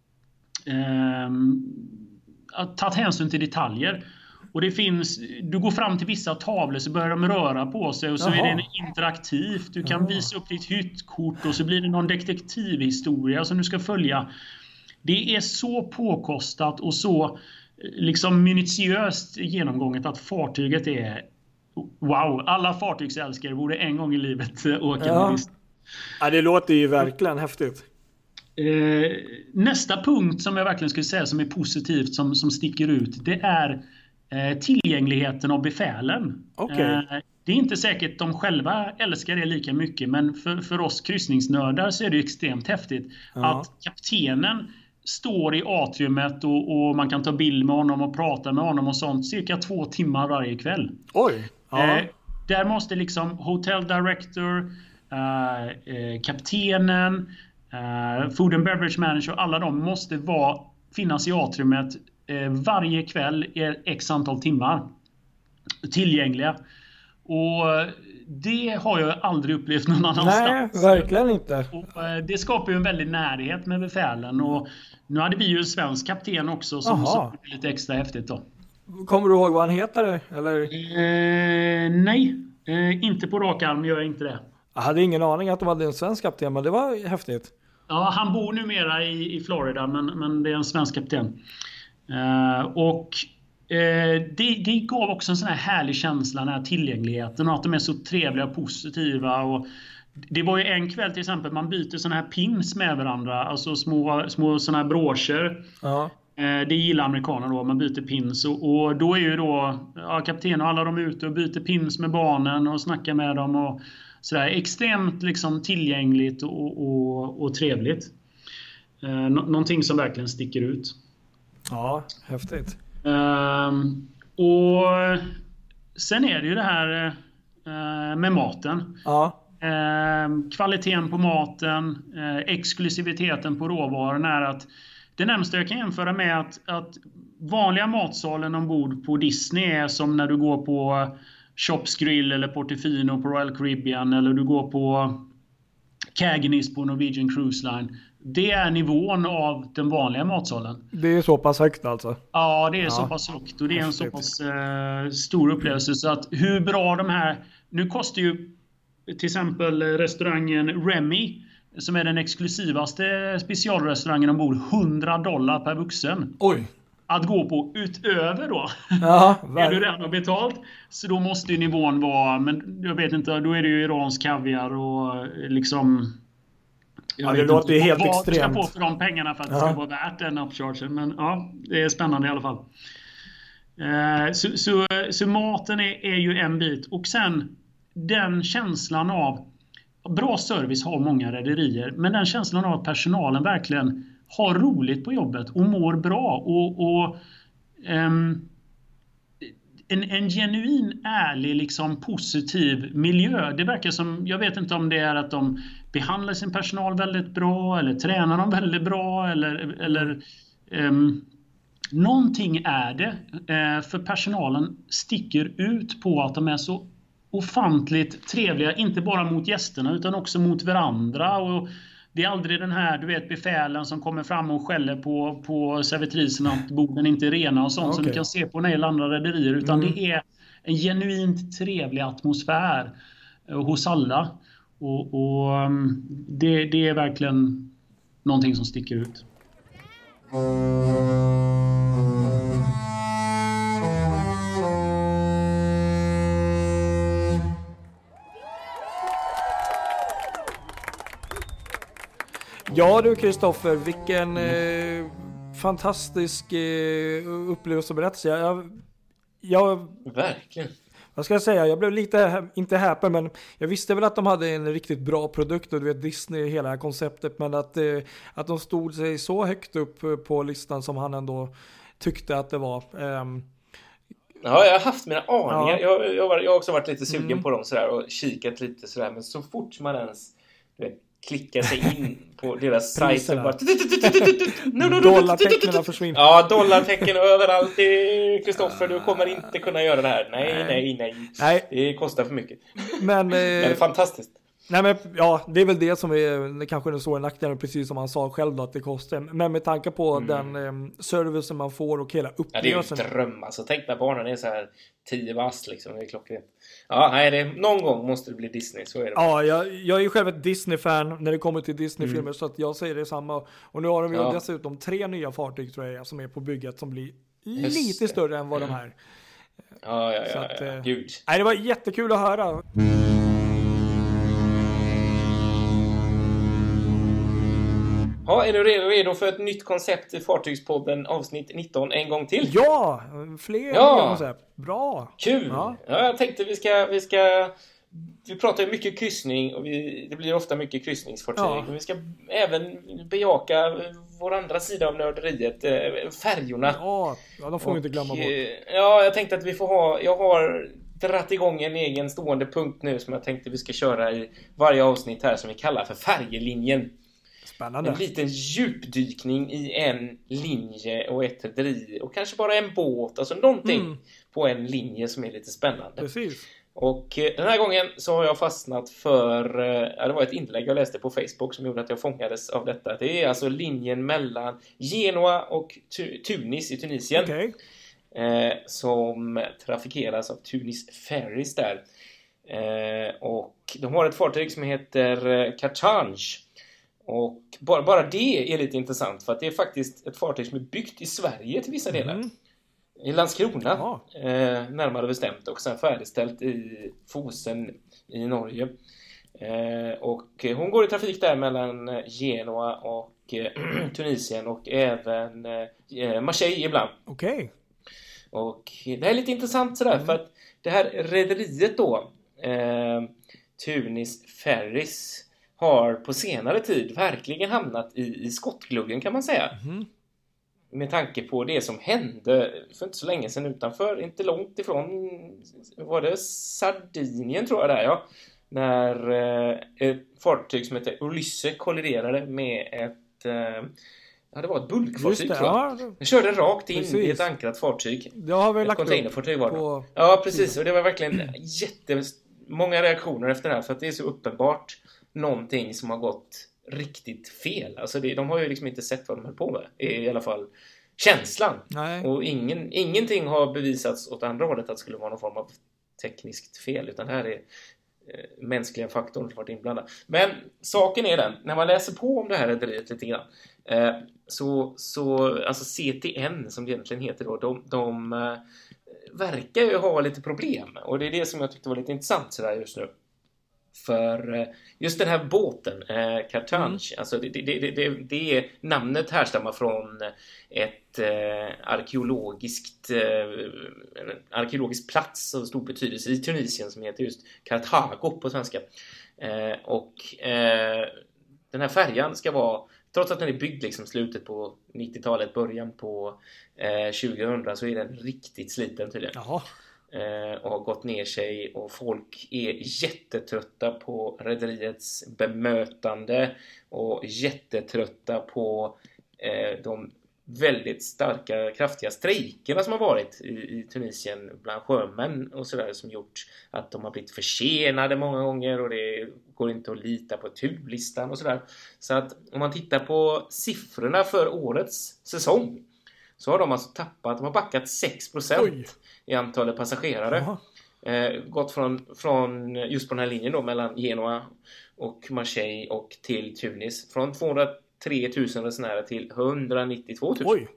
eh, tagit hänsyn till detaljer. Och det finns, du går fram till vissa tavlor så börjar de röra på sig, och så Jaha. är det interaktivt. Du kan Jaha. visa upp ditt hyttkort och så blir det någon detektivhistoria som du ska följa. Det är så påkostat och så liksom minutiöst genomgånget att fartyget är wow. Alla fartygsälskare borde en gång i livet åka ja. med. Ja, det låter ju verkligen häftigt. Eh, nästa punkt som jag verkligen skulle säga som är positivt, som, som sticker ut, det är eh, tillgängligheten av befälen. Okay. Eh, det är inte säkert de själva älskar det lika mycket, men för, för oss kryssningsnördar så är det extremt häftigt ja. att kaptenen står i atriumet och, och man kan ta bild med honom och prata med honom och sånt cirka två timmar varje kväll. Oj! Ja. Eh, där måste liksom hotel director, eh, eh, kaptenen, Uh, food and beverage manager, alla de måste vara, finnas i atriumet uh, varje kväll i x antal timmar tillgängliga. Och det har jag aldrig upplevt någon annanstans. Nej, verkligen inte. Och det skapar ju en väldig närhet med befälen. Och nu hade vi ju en svensk kapten också som var lite extra häftigt då. Kommer du ihåg vad han heter? Eller? Eh, nej, eh, inte på rak arm gör jag inte det. Jag hade ingen aning att de hade en svensk kapten, men det var häftigt. Ja, han bor numera i, i Florida, men, men det är en svensk kapten. Eh, och eh, det, det gav också en sån här härlig känsla, den här tillgängligheten och att de är så trevliga och positiva. Och det var ju en kväll till exempel, man byter såna här pins med varandra, alltså små, små såna här broscher. Ja. Det gillar amerikaner då, man byter pins. Och, och då är ju då ja, kapten och alla de ute och byter pins med barnen och snackar med dem. Och sådär. Extremt liksom tillgängligt och, och, och trevligt. Eh, nå- någonting som verkligen sticker ut. Ja, häftigt. Eh, och sen är det ju det här eh, med maten. Ja. Eh, kvaliteten på maten, eh, exklusiviteten på råvaran är att det närmaste jag kan jämföra med att, att vanliga matsalen ombord på Disney är som när du går på Chops Grill eller Portofino på Royal Caribbean eller du går på Kägenis på Norwegian Cruise Line. Det är nivån av den vanliga matsalen. Det är så pass högt alltså? Ja, det är ja. så pass högt och det är en så pass eh, stor upplevelse så att hur bra de här... Nu kostar ju till exempel restaurangen Remy som är den exklusivaste specialrestaurangen ombord, hundra dollar per vuxen. Oj. Att gå på utöver då. Ja, är du redan har betalt. Så då måste ju nivån vara, men jag vet inte, då är det ju iransk kaviar och liksom... Ja, det låter ju helt vad extremt. Vad ska på för de pengarna för att ja. det ska vara värt den uppchargen. Men ja, det är spännande i alla fall. Eh, så, så, så maten är, är ju en bit. Och sen den känslan av bra service har många rederier, men den känslan av att personalen verkligen har roligt på jobbet och mår bra och, och um, en, en genuin, ärlig, liksom positiv miljö. Det verkar som, jag vet inte om det är att de behandlar sin personal väldigt bra eller tränar dem väldigt bra eller, eller um, någonting är det. Uh, för personalen sticker ut på att de är så ofantligt trevliga, inte bara mot gästerna utan också mot varandra. Och det är aldrig den här, du vet, befälen som kommer fram och skäller på, på servitriserna att borden inte är rena och sånt okay. som du kan se på en del andra rederier, utan mm. det är en genuint trevlig atmosfär hos alla. Och, och det, det är verkligen någonting som sticker ut. Ja du Kristoffer, vilken eh, fantastisk eh, upplevelse och berättelse. Jag, jag, Verkligen. Vad ska jag säga? Jag blev lite, inte häpen, men jag visste väl att de hade en riktigt bra produkt och du vet Disney, hela det här konceptet, men att, eh, att de stod sig så högt upp på listan som han ändå tyckte att det var. Um, Ja, jag har haft mina aningar. Ja. Jag, jag, var, jag har också varit lite sugen mm. på dem sådär och kikat lite sådär, men så fort man ens du vet, klickar sig in på deras sajt och bara... Dollartecknen försvinner. Ja, dollartecken överallt. Kristoffer, du kommer inte kunna göra det här. Nej, nej, nej. nej. Det kostar för mycket. Men, men det är fantastiskt. Nej, men ja, det är väl det som är kanske den stora nackdelen, precis som han sa själv då, att det kostar. Men med tanke på mm. den um, servicen man får och hela upplevelsen. Ja, det är ju en dröm. Alltså, tänk när barnen är så här tio vass liksom. Det är klockrent. Ja, nej, det, någon gång måste det bli Disney, så är det. Ja, jag, jag är ju själv ett Disney-fan när det kommer till Disney-filmer, mm. så att jag säger det samma. Och nu har de ju ja. dessutom tre nya fartyg tror jag som är på bygget som blir Just lite det. större än vad mm. de här. Ja, ja, ja. Så ja, att, ja. Gud. Nej, det var jättekul att höra. Ja, är du redo för ett nytt koncept i Fartygspodden avsnitt nitton en gång till? Ja, fler ja. koncept. Bra. Kul. Ja. ja, jag tänkte vi ska vi ska vi pratar ju mycket kryssning och vi, det blir ofta mycket kryssningsfartyg. Ja. Och vi ska även bejaka vår andra sida av nörderiet, färjorna. Ja, ja de får vi inte glömma bort. Ja, jag tänkte att vi får ha jag har dratt igång en egen stående punkt nu som jag tänkte vi ska köra i varje avsnitt här som vi kallar för färjelinjen. Spännande. En liten djupdykning i en linje och ett rederi och kanske bara en båt, alltså någonting mm. på en linje som är lite spännande. Precis. Och den här gången så har jag fastnat för, ja, det var ett inlägg jag läste på Facebook som gjorde att jag fångades av detta. Det är alltså linjen mellan Genua och Tunis i Tunisien. Okay. Eh, som trafikeras av Tunis Ferries där. Eh, och de har ett fartyg som heter Carthange. Och bara, bara det är lite intressant för att det är faktiskt ett fartyg som är byggt i Sverige till vissa delar. Mm. I Landskrona, eh, närmare bestämt, och sen färdigställt i Fosen i Norge. Eh, och hon går i trafik där mellan Genua och eh, Tunisien och även eh, Marseille ibland. Okej. Okay. Och det är lite intressant sådär, mm. för att det här rederiet då, eh, Tunis Ferries, har på senare tid verkligen hamnat i, i skottgluggen kan man säga. Mm. Med tanke på det som hände för inte så länge sedan utanför, inte långt ifrån, var det Sardinien tror jag där, ja. När eh, ett fartyg som heter Ulysses kolliderade med ett, eh, ja det var ett bulkfartyg det, tror jag. Ja. Den körde rakt in precis. I ett ankrat fartyg. Det har vi ett lagt containerfartyg var det. På... Ja precis, och det var verkligen jättemånga reaktioner efter det här för att det är så uppenbart någonting som har gått riktigt fel. Alltså det, de har ju liksom inte sett vad de höll på med. I alla fall känslan. Nej. Och ingen, ingenting har bevisats åt andra hållet att det skulle vara någon form av tekniskt fel. Utan det här är eh, mänskliga faktorn som varit inblandad. Men saken är den. När man läser på om det här rederiet lite grann. Eh, så, så alltså C T N som det egentligen heter då. De, de eh, verkar ju ha lite problem. Och det är det som jag tyckte var lite intressant sådär just nu. För just den här båten, eh, Carthange, mm. alltså det, det, det, det, det är namnet härstammar från ett eh, arkeologiskt eh, en arkeologisk plats av stor betydelse i Tunisien som heter just Karthago på svenska. Eh, och eh, den här färjan ska vara, trots att den är byggd liksom slutet på nittiotalet, början på eh, tjugohundra, så är den riktigt sliten tydligen. Jaha. Och har gått ner sig och folk är jättetrötta på rederiets bemötande och jättetrötta på eh, de väldigt starka, kraftiga strejkerna som har varit i, i Tunisien bland sjömän och sådär, som gjort att de har blivit försenade många gånger och det går inte att lita på turlistan och sådär. Så att om man tittar på siffrorna för årets säsong så har de alltså tappat, de har backat sex procent Oj. I antalet passagerare. Eh, gått från, från just på den här linjen då mellan Genua och Marseille och till Tunis. Från tvåhundratre tusen resenärer till etthundranittiotvå tusen. Oj.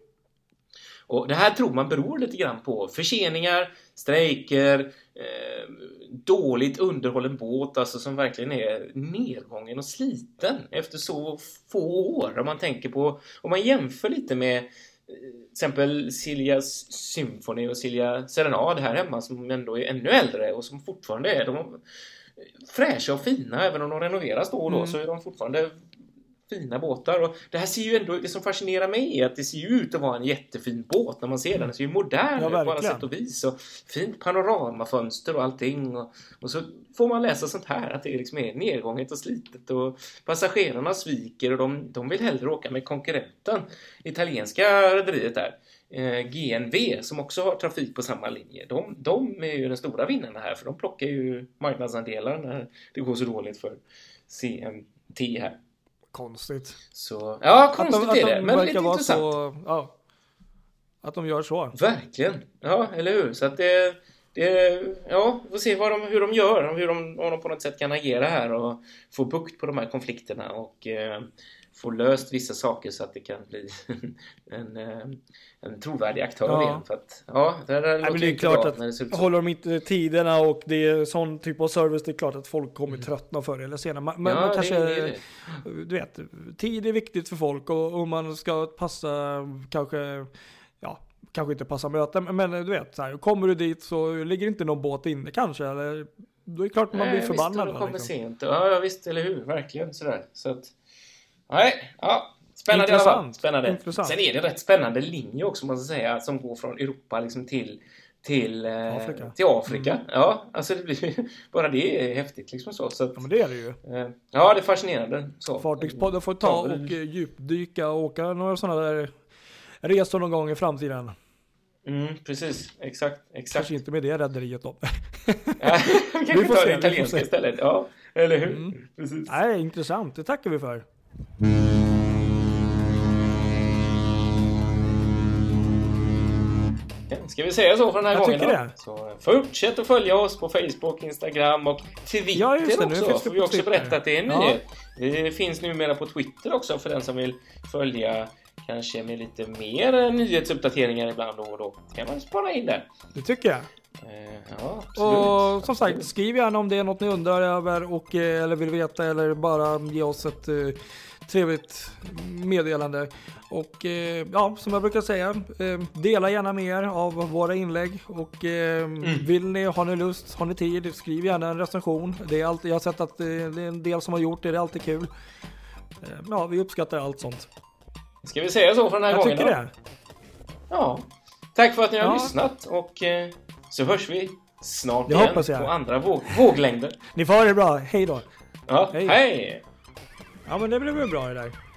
Och det här tror man beror lite grann på förseningar, strejker, eh, dåligt underhållen båt, alltså som verkligen är nedgången och sliten efter så få år. Om man tänker på, om man jämför lite med till exempel Silja Symphony och Silja Serenade här hemma som ändå är ännu äldre och som fortfarande är de fräscha och fina, även om de renoveras då och då mm. så är de fortfarande fina båtar. Och det här ser ju ändå, det som fascinerar mig är att det ser ju ut att vara en jättefin båt när man ser den. Den ser ju modern ja, på alla sätt och vis och fint panoramafönster och allting och, och så får man läsa sånt här att det liksom är nedgånget och slitet och passagerarna sviker och de, de vill hellre åka med konkurrenten, italienska rederiet där, eh, G N V, som också har trafik på samma linje. De, de är ju den stora vinnarna här, för de plockar ju marknadsandelar när det går så dåligt för C M T här. Konstigt. Så, ja, konstigt att de, är det, de men lite intressant. Så, ja, att de gör så. Verkligen, ja, eller hur? Så att det, det ja, vi får se vad de, hur de gör, hur de, om de på något sätt kan agera här och få bukt på de här konflikterna och eh, få löst vissa saker så att det kan bli en, en trovärdig aktör ja. igen. För att, ja, det, där Nej, men det är klart att när det håller de inte tiderna och det är sån typ av service, det är klart att folk kommer tröttna förr eller senare. Men ja, man kanske, det, det det. du vet, tid är viktigt för folk och om man ska passa kanske, ja, kanske inte passa möten, men du vet, så här, kommer du dit så ligger inte någon båt inne kanske, eller då är det klart att man blir Nej, förbannad. Visst, de kommer liksom sent. Ja, ja, visst, eller hur? Verkligen sådär. Så att, nej, ja, spännande i alla fall. Spännande. Intressant. Sen är det en rätt spännande linje också, man ska säga, som går från Europa liksom till till eh, Afrika. Till Afrika. Mm. Ja, alltså det blir bara det är häftigt liksom så. så att, ja, men det är det ju. Eh, ja, det är fascinerande. Så. Fartygspodden får ta och djupdyka och åka några sådana där resor någon gång i framtiden. Mm, precis. Exakt. exakt. Kanske inte med det rederiet då. Ja, vi kan Vi får ta se, det vi får italienska se. istället. Ja, eller hur? Mm. Precis. Nej, intressant. Det tackar vi för. Ska vi säga så för den här Jag gången tycker då? det. Så fortsätt att följa oss på Facebook, Instagram och Twitter Ja, just det, nu också. finns det Får vi på också Twitter. berätta att det är en Ja. nyhet. Det finns numera på Twitter också för den som vill följa kanske med lite mer nyhetsuppdateringar ibland då och då. Kan man spara in där. Det tycker jag. Eh, ja, absolut. Och som Absolut. sagt, skriv gärna om det är något ni undrar över och, eh, eller vill veta, eller bara ge oss ett eh, trevligt meddelande. Och eh, ja, som jag brukar säga, eh, dela gärna med er av våra inlägg. Och eh, vill ni, har ni lust, har ni tid, skriv gärna en recension. Det är alltid, jag har sett att eh, det är en del som har gjort det, det är alltid kul. Eh, ja, vi uppskattar allt sånt. Ska vi säga så för den här Jag gången tycker då? det. Ja. Tack för att ni har Ja. lyssnat och eh, så hörs vi snart Det igen hoppas jag. på andra våg- våglängder. Ni får ha det bra, hej då. Ja, Hej. hej! Ja, men det blev väl bra det där.